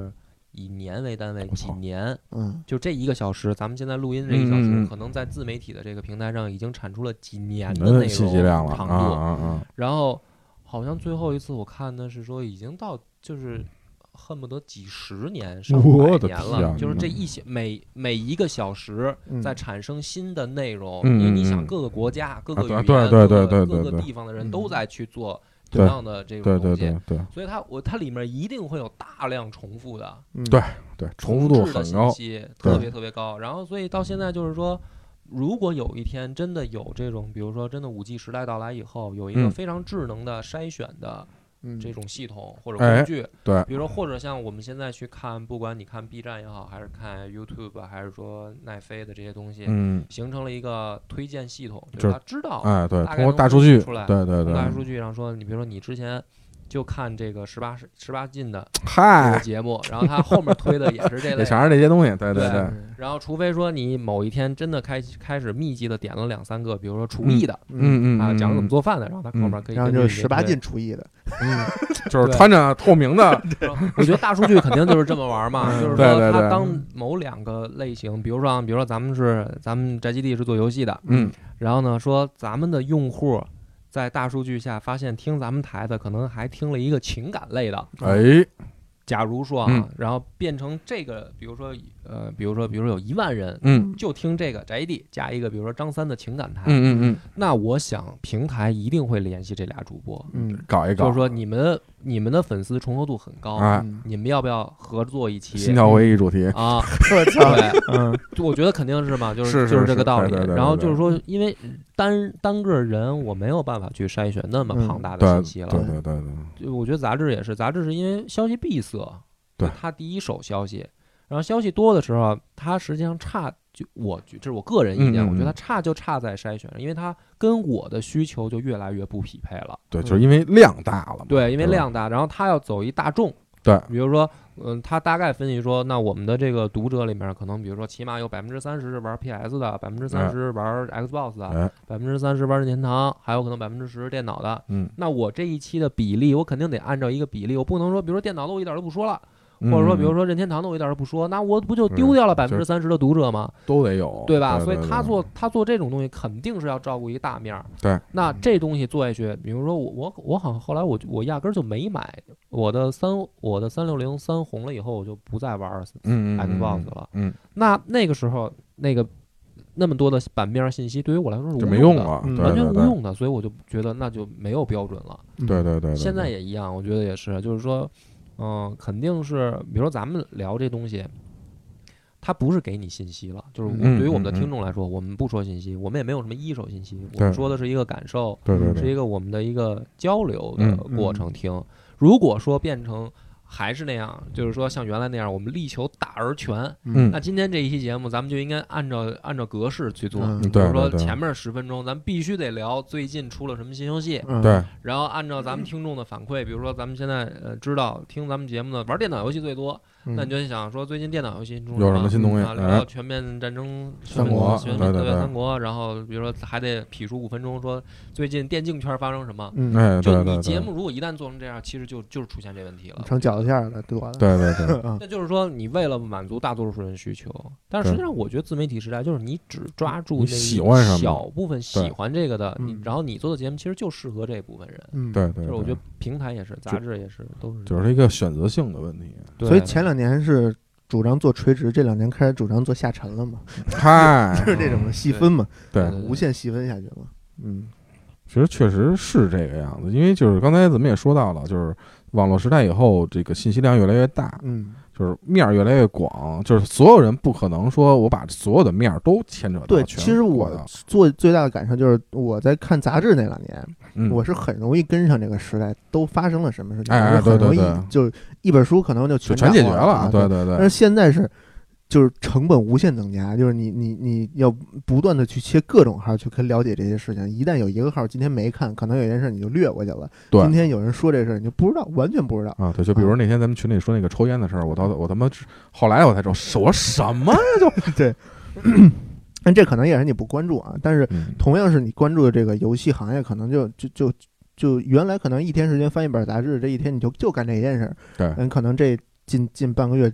以年为单位，几年， 嗯， 就这一个小时，咱们现在录音这一小时， 嗯、 可能在自媒体的这个平台上已经产出了几年的内容信息量了， 长度， 啊啊啊、 然后好像最后一次我看的是说已经到就是恨不得几十年、上百年了，就是这一小每每一个小时在产生新的内容， 嗯、 因为你想各个国家、各个语言、 对对对对各个地方的人都在去做。同样的这种东西， 对对对对， 所以它我它里面一定会有大量重复的， 对对，重复度很高， 特别特别高。然后所以到现在就是说，如果有一天真的有这种，比如说真的五 G 时代到来以后，有一个非常智能的筛选的这种系统或者工具， 对， 比如说或者像我们现在去看，不管你看 B 站也好，还是看 YouTube， 还是说奈飞的这些东西， 嗯， 形成了一个推荐系统，就是他知道， 哎，对，通过大数据出来， 对对对， 大数据上说，你比如说你之前就看这个十八十八禁的嗨节目，然后他后面推的也是这类， 全是这些东西，对对对。 然后除非说你某一天真的开开始密集的点了两三个，比如说厨艺的， 嗯嗯啊，讲怎么做饭的，然后他后面可以， 然后就是十八禁厨艺的， 嗯， 就是穿着透明的。 我觉得大数据肯定就是这么玩嘛，就是说他当某两个类型，比如说比如说咱们是咱们宅基地是做游戏的， 嗯， 然后呢说咱们的用户。在大数据下发现，听咱们台的可能还听了一个情感类的。 哎， 假如说啊， 嗯、 然后变成这个，比如说呃，比如说比如说有一万人， 嗯， 就听这个宅地加一个，比如说张三的情感台， 嗯嗯嗯， 那我想平台一定会联系这俩主播， 嗯， 搞一搞， 就是说你们你们的粉丝重合度很高， 啊、 你们要不要合作一期？ 心跳会议主题啊， 我操， 对，嗯，我觉得肯定是嘛，就是就是这个道理。然后就是说，因为单单个人我没有办法去筛选那么庞大的信息了， 对对对对， 我觉得杂志也是，杂志是因为消息闭塞， 对， 它第一手消息。然后消息多的时候，它实际上差，就我这是我个人意见， 嗯、 我觉得它差就差在筛选，因为它跟我的需求就越来越不匹配了。 对，就是因为量大了嘛。 对，因为量大，然后它要走一大众。 对， 比如说，嗯，他大概分析说，那我们的这个读者里面，可能比如说起码有百分之三十是玩 P S 的，百分之三十玩 Xbox 的，百分之三十玩任天堂，还有可能百分之十电脑的。 嗯， 那我这一期的比例，我肯定得按照一个比例，我不能说，比如说电脑的我一点都不说了。或者说，比如说任天堂的我一点都不说，那我不就丢掉了百分之三十的读者吗？ 都得有， 对吧？ 对对对， 所以他做他做这种东西，肯定是要照顾一个大面儿。 对， 那这东西做下去，比如说我我我好像后来我我压根儿就没买我的三我的三六零三红了以后，我就不再玩 Xbox 了。 嗯， 那那个时候那个那么多的版面信息，对于我来说是就没用了， 完全无用的，所以我就觉得那就没有标准了。 对对对， 现在也一样，我觉得也是，就是说。嗯，肯定是，比如说咱们聊这东西，它不是给你信息了，就是我对于我们的听众来说， 嗯嗯嗯、 我们不说信息，我们也没有什么一手信息，我们说的是一个感受， 对对对， 是一个我们的一个交流的过程听。嗯嗯、如果说变成还是那样，就是说像原来那样，我们力求大而全。 嗯， 那今天这一期节目，咱们就应该按照按照格式去做。 嗯、 比如说前面十分钟，咱们必须得聊最近出了什么新游戏。 对。 然后按照咱们听众的反馈，比如说咱们现在呃知道听咱们节目的玩电脑游戏最多， 嗯、 那你就想说最近电脑游戏中有什么新东西？ 啊，聊全面战争、 三国、 全面对三国，然后比如说还得劈出五分钟说最近电竞圈发生什么。 嗯， 哎， 就你节目如果一旦做成这样，其实就就是出现这问题了， 成饺子馅了，对吧？ 对对对， 那就是说你为了满足大多数人需求，但是实际上我觉得自媒体时代就是你只抓住那喜欢什么小部分喜欢这个的，你然后你做的节目其实就适合这部分人。 嗯， 对对， 就是我觉得平台也是，杂志也是，都是就是一个选择性的问题。 所以前两年是主张做垂直，这两年开始主张做下沉了嘛？ 嗨， 就是这种细分嘛， 对， 无限细分下去嘛。嗯， 其实确实是这个样子，因为就是刚才咱们也说到了，就是网络时代以后，这个信息量越来越大， 嗯， 就是面儿越来越广，就是所有人不可能说我把所有的面儿都牵扯到。 对，其实我做最大的感受就是我在看杂志那两年， 嗯、 我是很容易跟上这个时代都发生了什么事情， 哎， 很容易对对对， 就一本书可能就全全解决了， 了，对对对。 但是现在是。就是成本无限增加，就是你你你要不断的去切各种号去了解这些事情。一旦有一个号今天没看，可能有件事你就略过去了。 对， 今天有人说这事儿，你就不知道，完全不知道啊。对，就比如那天咱们群里说那个抽烟的事儿，我到我他妈后来我才知道，我什么呀？就对。但这可能也是你不关注啊，但是同样是你关注的这个游戏行业，可能就就就就原来可能一天时间翻一本杂志，这一天你就就干这件事儿。 对， 嗯，可能这。近近半个月之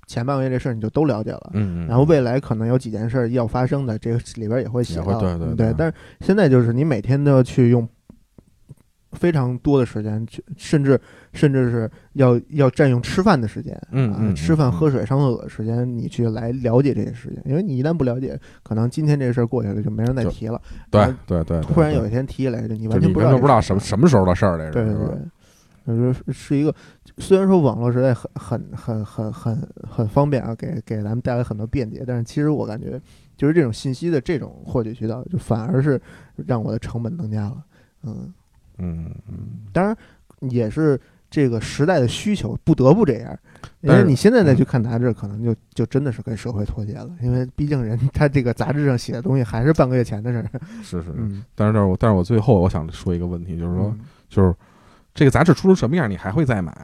前半个月这事儿你就都了解了， 嗯， 然后未来可能有几件事要发生的，这个里边也会写到， 对对对, 对。但是现在就是你每天都要去用非常多的时间去，甚至甚至是要要占用吃饭的时间， 嗯啊，吃饭、喝水、上厕所的时间，你去来了解这些事情，因为你一旦不了解，可能今天这事儿过去了就没人再提了， 对对 对, 对， 突然有一天提起来，你完全不知道不知道什么什么时候的事儿，这是对对对。就是是一个，虽然说网络时代很很很很很很方便啊，给给咱们带来很多便捷，但是其实我感觉，就是这种信息的这种获取渠道，就反而是让我的成本增加了。嗯嗯嗯， 当然也是这个时代的需求，不得不这样。因为你现在再去看杂志，可能就就真的是跟社会脱节了，因为毕竟人他这个杂志上写的东西还是半个月前的事儿。 是是， 嗯， 但是但是我但是我最后我想说一个问题，就是说，嗯、就是。这个杂志出成什么样，你还会再买？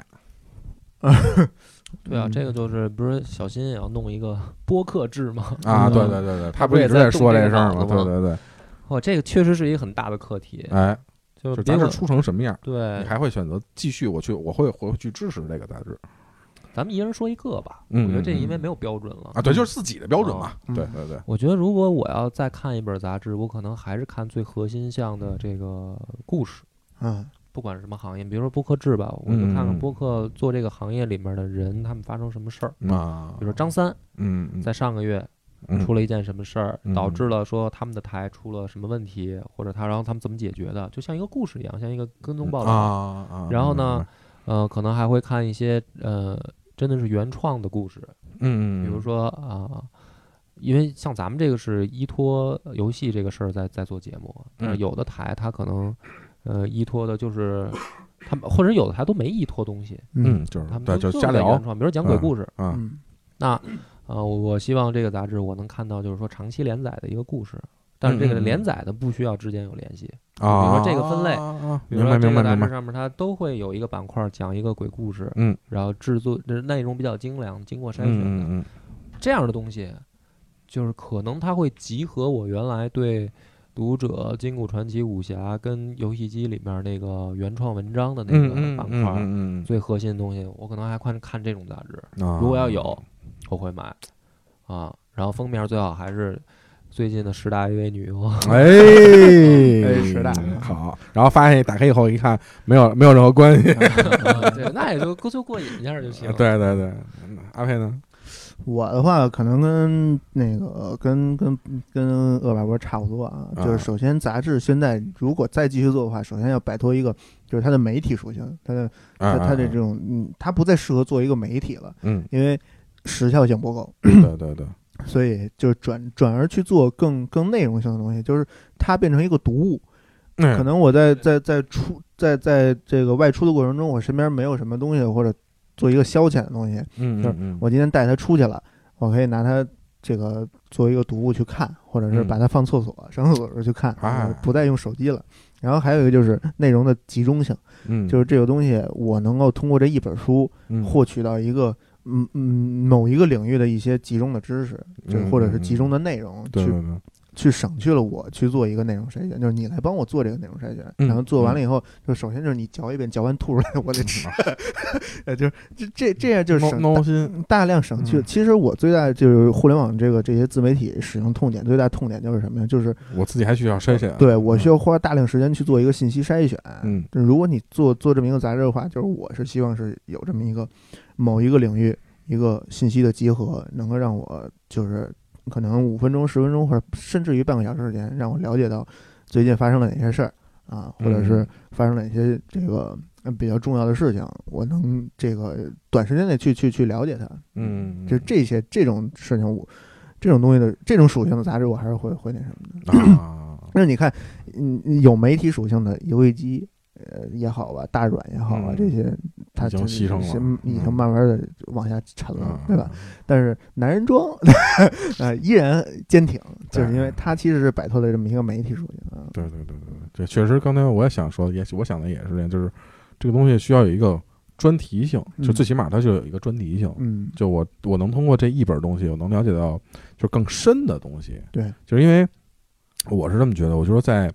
对啊，这个就是不是小新也要弄一个播客制吗？ 啊，对对对对，他不是一直在说这事儿吗？对对对， 哇，这个确实是一个很大的课题。 哎， 就是杂志出成什么样， 对， 你还会选择继续？我去，我会会去支持这个杂志。 咱们一人说一个吧， 嗯、 我觉得这因为没有标准了啊，对，就是自己的标准嘛。 嗯、 对对对， 我觉得如果我要再看一本杂志，我可能还是看最核心项的这个故事。 嗯。 不管是什么行业，比如说播客制吧，我就看看播客做这个行业里面的人，他们发生什么事儿啊。 比如说张三， 嗯， 在上个月出了一件什么事儿，导致了说他们的台出了什么问题，或者他然后他们怎么解决的，就像一个故事一样，像一个跟踪报道啊。 然后呢，呃，可能还会看一些呃，真的是原创的故事， 嗯， 比如说啊、呃，因为像咱们这个是依托游戏这个事儿在在做节目，但是有的台它可能。呃，依托的就是他们，或者有的台都没依托东西， 嗯，就是他们对， 就瞎聊， 原创，比如讲鬼故事， 嗯， 那呃，我希望这个杂志我能看到，就是说长期连载的一个故事，但是这个连载的不需要之间有联系， 啊， 比如说这个分类，比如说这个杂志上面它都会有一个板块讲一个鬼故事， 嗯， 然后制作内容比较精良，经过筛选的， 嗯， 这样的东西，就是可能它会集合我原来对。读者、金谷传奇、武侠跟游戏机里面那个原创文章的那个板块， 嗯嗯嗯、 最核心的东西，我可能还看看这种杂志。 啊、 如果要有，我会买啊。然后封面最好还是最近的十大 A V 女优。 哎， 十大好。然后发现打开以后一看，没有没有任何关系。 对，那也就就过瘾一下就行。 对对对，阿佩呢？ 我的话可能跟那个跟跟跟恶霸波差不多啊，就是首先杂志现在如果再继续做的话，首先要摆脱一个就是它的媒体属性，它的它它的这种嗯，它不再适合做一个媒体了， 嗯， 因为时效性不够， 对对对， 所以就转转而去做更更内容性的东西，就是它变成一个读物， 嗯， 可能我在在在出在在这个外出的过程中，我身边没有什么东西或者。做一个消遣的东西， 嗯， 就是我今天带他出去了，我可以拿他这个作为一个读物去看，或者是把它放厕所、嗯、上厕所时候去看， 啊、 不再用手机了。然后还有一个就是内容的集中性， 嗯， 就是这个东西我能够通过这一本书获取到一个嗯嗯某一个领域的一些集中的知识， 嗯、 就或者是集中的内容， 对、 去对对去省去了我去做一个内容筛选，就是你来帮我做这个内容筛选， 嗯、 然后做完了以后，就首先就是你嚼一遍，嚼完吐出来我得吃，呃，就是这这这样就是省大, 大量省去、嗯。其实我最大就是互联网这个这些自媒体使用痛点，最大痛点就是什么呀？就是我自己还需要筛选， 对我需要花大量时间去做一个信息筛选。 嗯， 如果你做做这么一个杂志的话，就是我是希望是有这么一个某一个领域一个信息的集合，能够让我就是。可能五分钟、十分钟，或者甚至于半个小时时间，让我了解到最近发生了哪些事儿啊，或者是发生了哪些这个比较重要的事情，我能这个短时间内去去去了解它。 嗯， 就这些这种事情，我这种东西的这种属性的杂志，我还是会会那什么的啊。 那你看，嗯，有媒体属性的游戏机。呃也好吧，大软也好啊， 嗯、 这些它已经牺牲了， 已经慢慢的往下沉了， 嗯、 对吧？但是男人装呃依然坚挺，就是因为它其实是摆脱了这么一个媒体属性啊。 对对对对，这确实，刚才我也想说，也我想的也是这样，就是这个东西需要有一个专题性，就最起码它就有一个专题性。 嗯， 就我我能通过这一本东西，我能了解到就更深的东西。 对， 就是因为我是这么觉得，我就说在。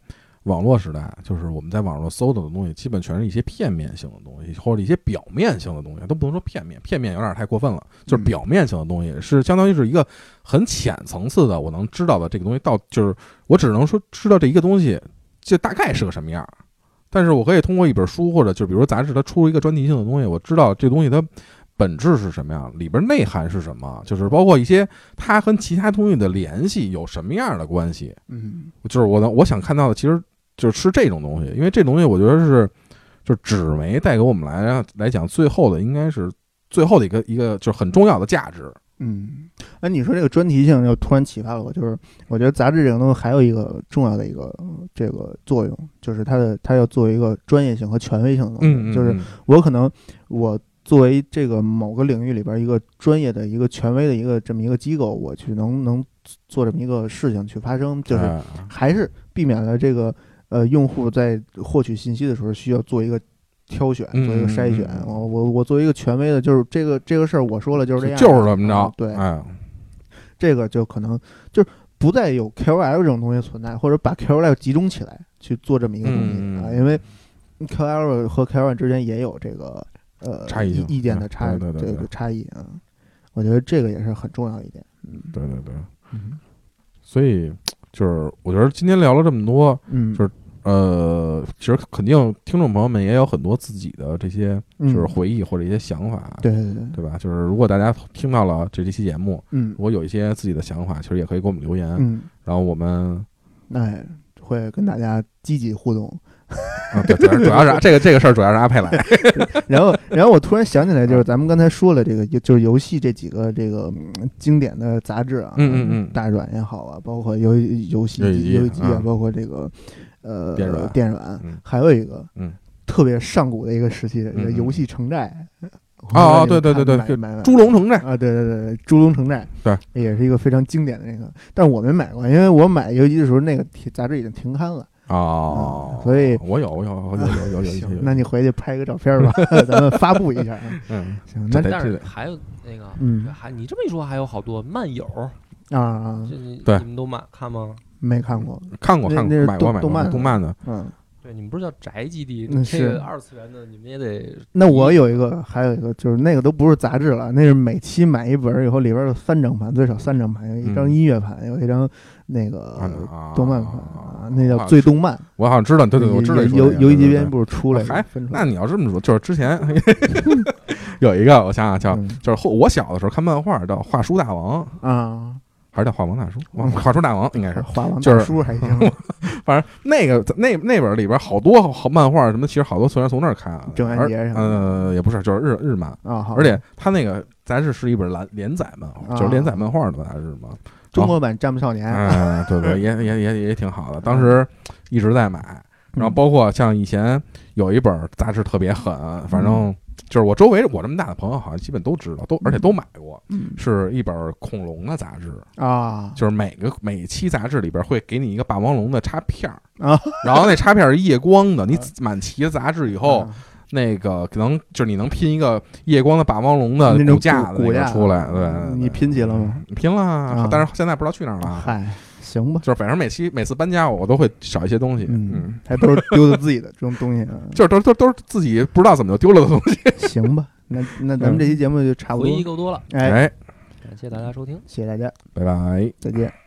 网络时代，就是我们在网络搜到的东西，基本全是一些片面性的东西，或者一些表面性的东西，都不能说片面，片面有点太过分了，就是表面性的东西，是相当于是一个很浅层次的，我能知道的这个东西到，就是我只能说知道这一个东西，就大概是个什么样，但是我可以通过一本书或者就比如杂志，它出一个专题性的东西，我知道这东西它本质是什么样，里边内涵是什么，就是包括一些它跟其他东西的联系有什么样的关系， 嗯， 就是我能我想看到的其实就是这种东西，因为这东西我觉得是，就是纸媒带给我们来来讲，最后的应该是最后的一个一个就是很重要的价值。 嗯，哎，你说这个专题性，就突然启发了我，就是我觉得杂志这个东西还有一个重要的一个这个作用，就是它的它要作为一个专业性和权威性的东西， 嗯嗯嗯就是我可能我作为这个某个领域里边一个专业的一个权威的一个这么一个机构，我去能能做这么一个事情去发生，就是还是避免了这个。呃，用户在获取信息的时候需要做一个挑选，做一个筛选。 嗯嗯嗯我我我作为一个权威的，就是这个这个事儿我说了就是这样， 就是这么着、啊。 对， 哎， 这个就可能就是不再有 K O L 这种东西存在，或者把 K O L 集中起来去做这么一个东西、 嗯、 啊，因为 K O L 和 K O L 之间也有这个呃差异意见的差对对对这个差异啊。我觉得这个也是很重要一点。嗯， 对对对， 嗯， 所以。就是我觉得今天聊了这么多， 嗯， 就是呃，其实肯定听众朋友们也有很多自己的这些就是回忆或者一些想法， 对对对， 对吧？就是如果大家听到了这期节目， 嗯， 如果有一些自己的想法，其实也可以给我们留言， 嗯， 然后我们哎会跟大家积极互动。 啊，对，主要主要是这个这个事儿主要是阿佩来。 然后，然后我突然想起来，就是咱们刚才说了这个，就是游戏这几个这个、嗯、经典的杂志啊， 嗯嗯嗯， 大软也好啊，包括游游戏游戏机啊，包括这个呃电软电软、 嗯， 还有一个嗯特别上古的一个时期的这个游戏城寨。 哦哦，对对对对，猪笼城寨啊，对对对，猪笼城寨， 对， 也是一个非常经典的那个，但是我没买过，因为我买游戏机的时候，那个杂志已经停刊了。 哦、 嗯，所以我有我有我有有有有有， 那你回去拍个照片吧，咱们发布一下。 嗯， 行，那但是还有那个， 嗯， 还你这么一说，还有好多漫友啊， 对， 你们都买看吗？ 没看过， 看过看过，买过买过动漫动漫的， 嗯。 对，你们不是叫宅基地？ 那这个二次元的，你们也得。 那我有一个，还有一个就是那个都不是杂志了，那是每期买一本以后，里边有三张盘，最少三张盘，有一张音乐盘，有一张那个动漫盘，啊、那叫最动漫。 我好像知道，对对，我知道。 游游戏机编部出来， 还那你要这么说，就是之前有一个，我想想叫， 嗯、 就是后我小的时候看漫画叫《画书大王》 啊。 还是叫画王大叔，画书大王应该是画王大叔还行， 反正那个那那本里边好多好漫画什么，其实好多虽然从那儿看， 郑渊洁呃也不是，就是日日漫啊， 而且他那个杂志是一本连连载漫画，就是连载漫画的杂志嘛。 中国版《战国少年》 哎，对对，也也也也挺好的，当时一直在买，然后包括像以前有一本杂志特别狠，反正。就是我周围我这么大的朋友好像基本都知道，都而且都买过， 嗯、 是一本恐龙的杂志啊， 就是每个每期杂志里边会给你一个霸王龙的插片啊， 然后那插片是夜光的，你满齐的杂志以后， 啊、 那个可能就是你能拼一个夜光的霸王龙的骨架的那个出来，对， 你拼齐了吗？ 拼了， 啊、 但是现在不知道去哪儿了。 嗨。行吧， 就是反正每期每次搬家我都会少一些东西， 嗯，嗯还都是丢的自己的这种东西， 就是都都都是自己不知道怎么就丢了的东西。 行吧，那那咱们这期节目就差不多， 回忆够多了， 哎， 感谢大家收听， 谢谢大家， 拜拜， 再见。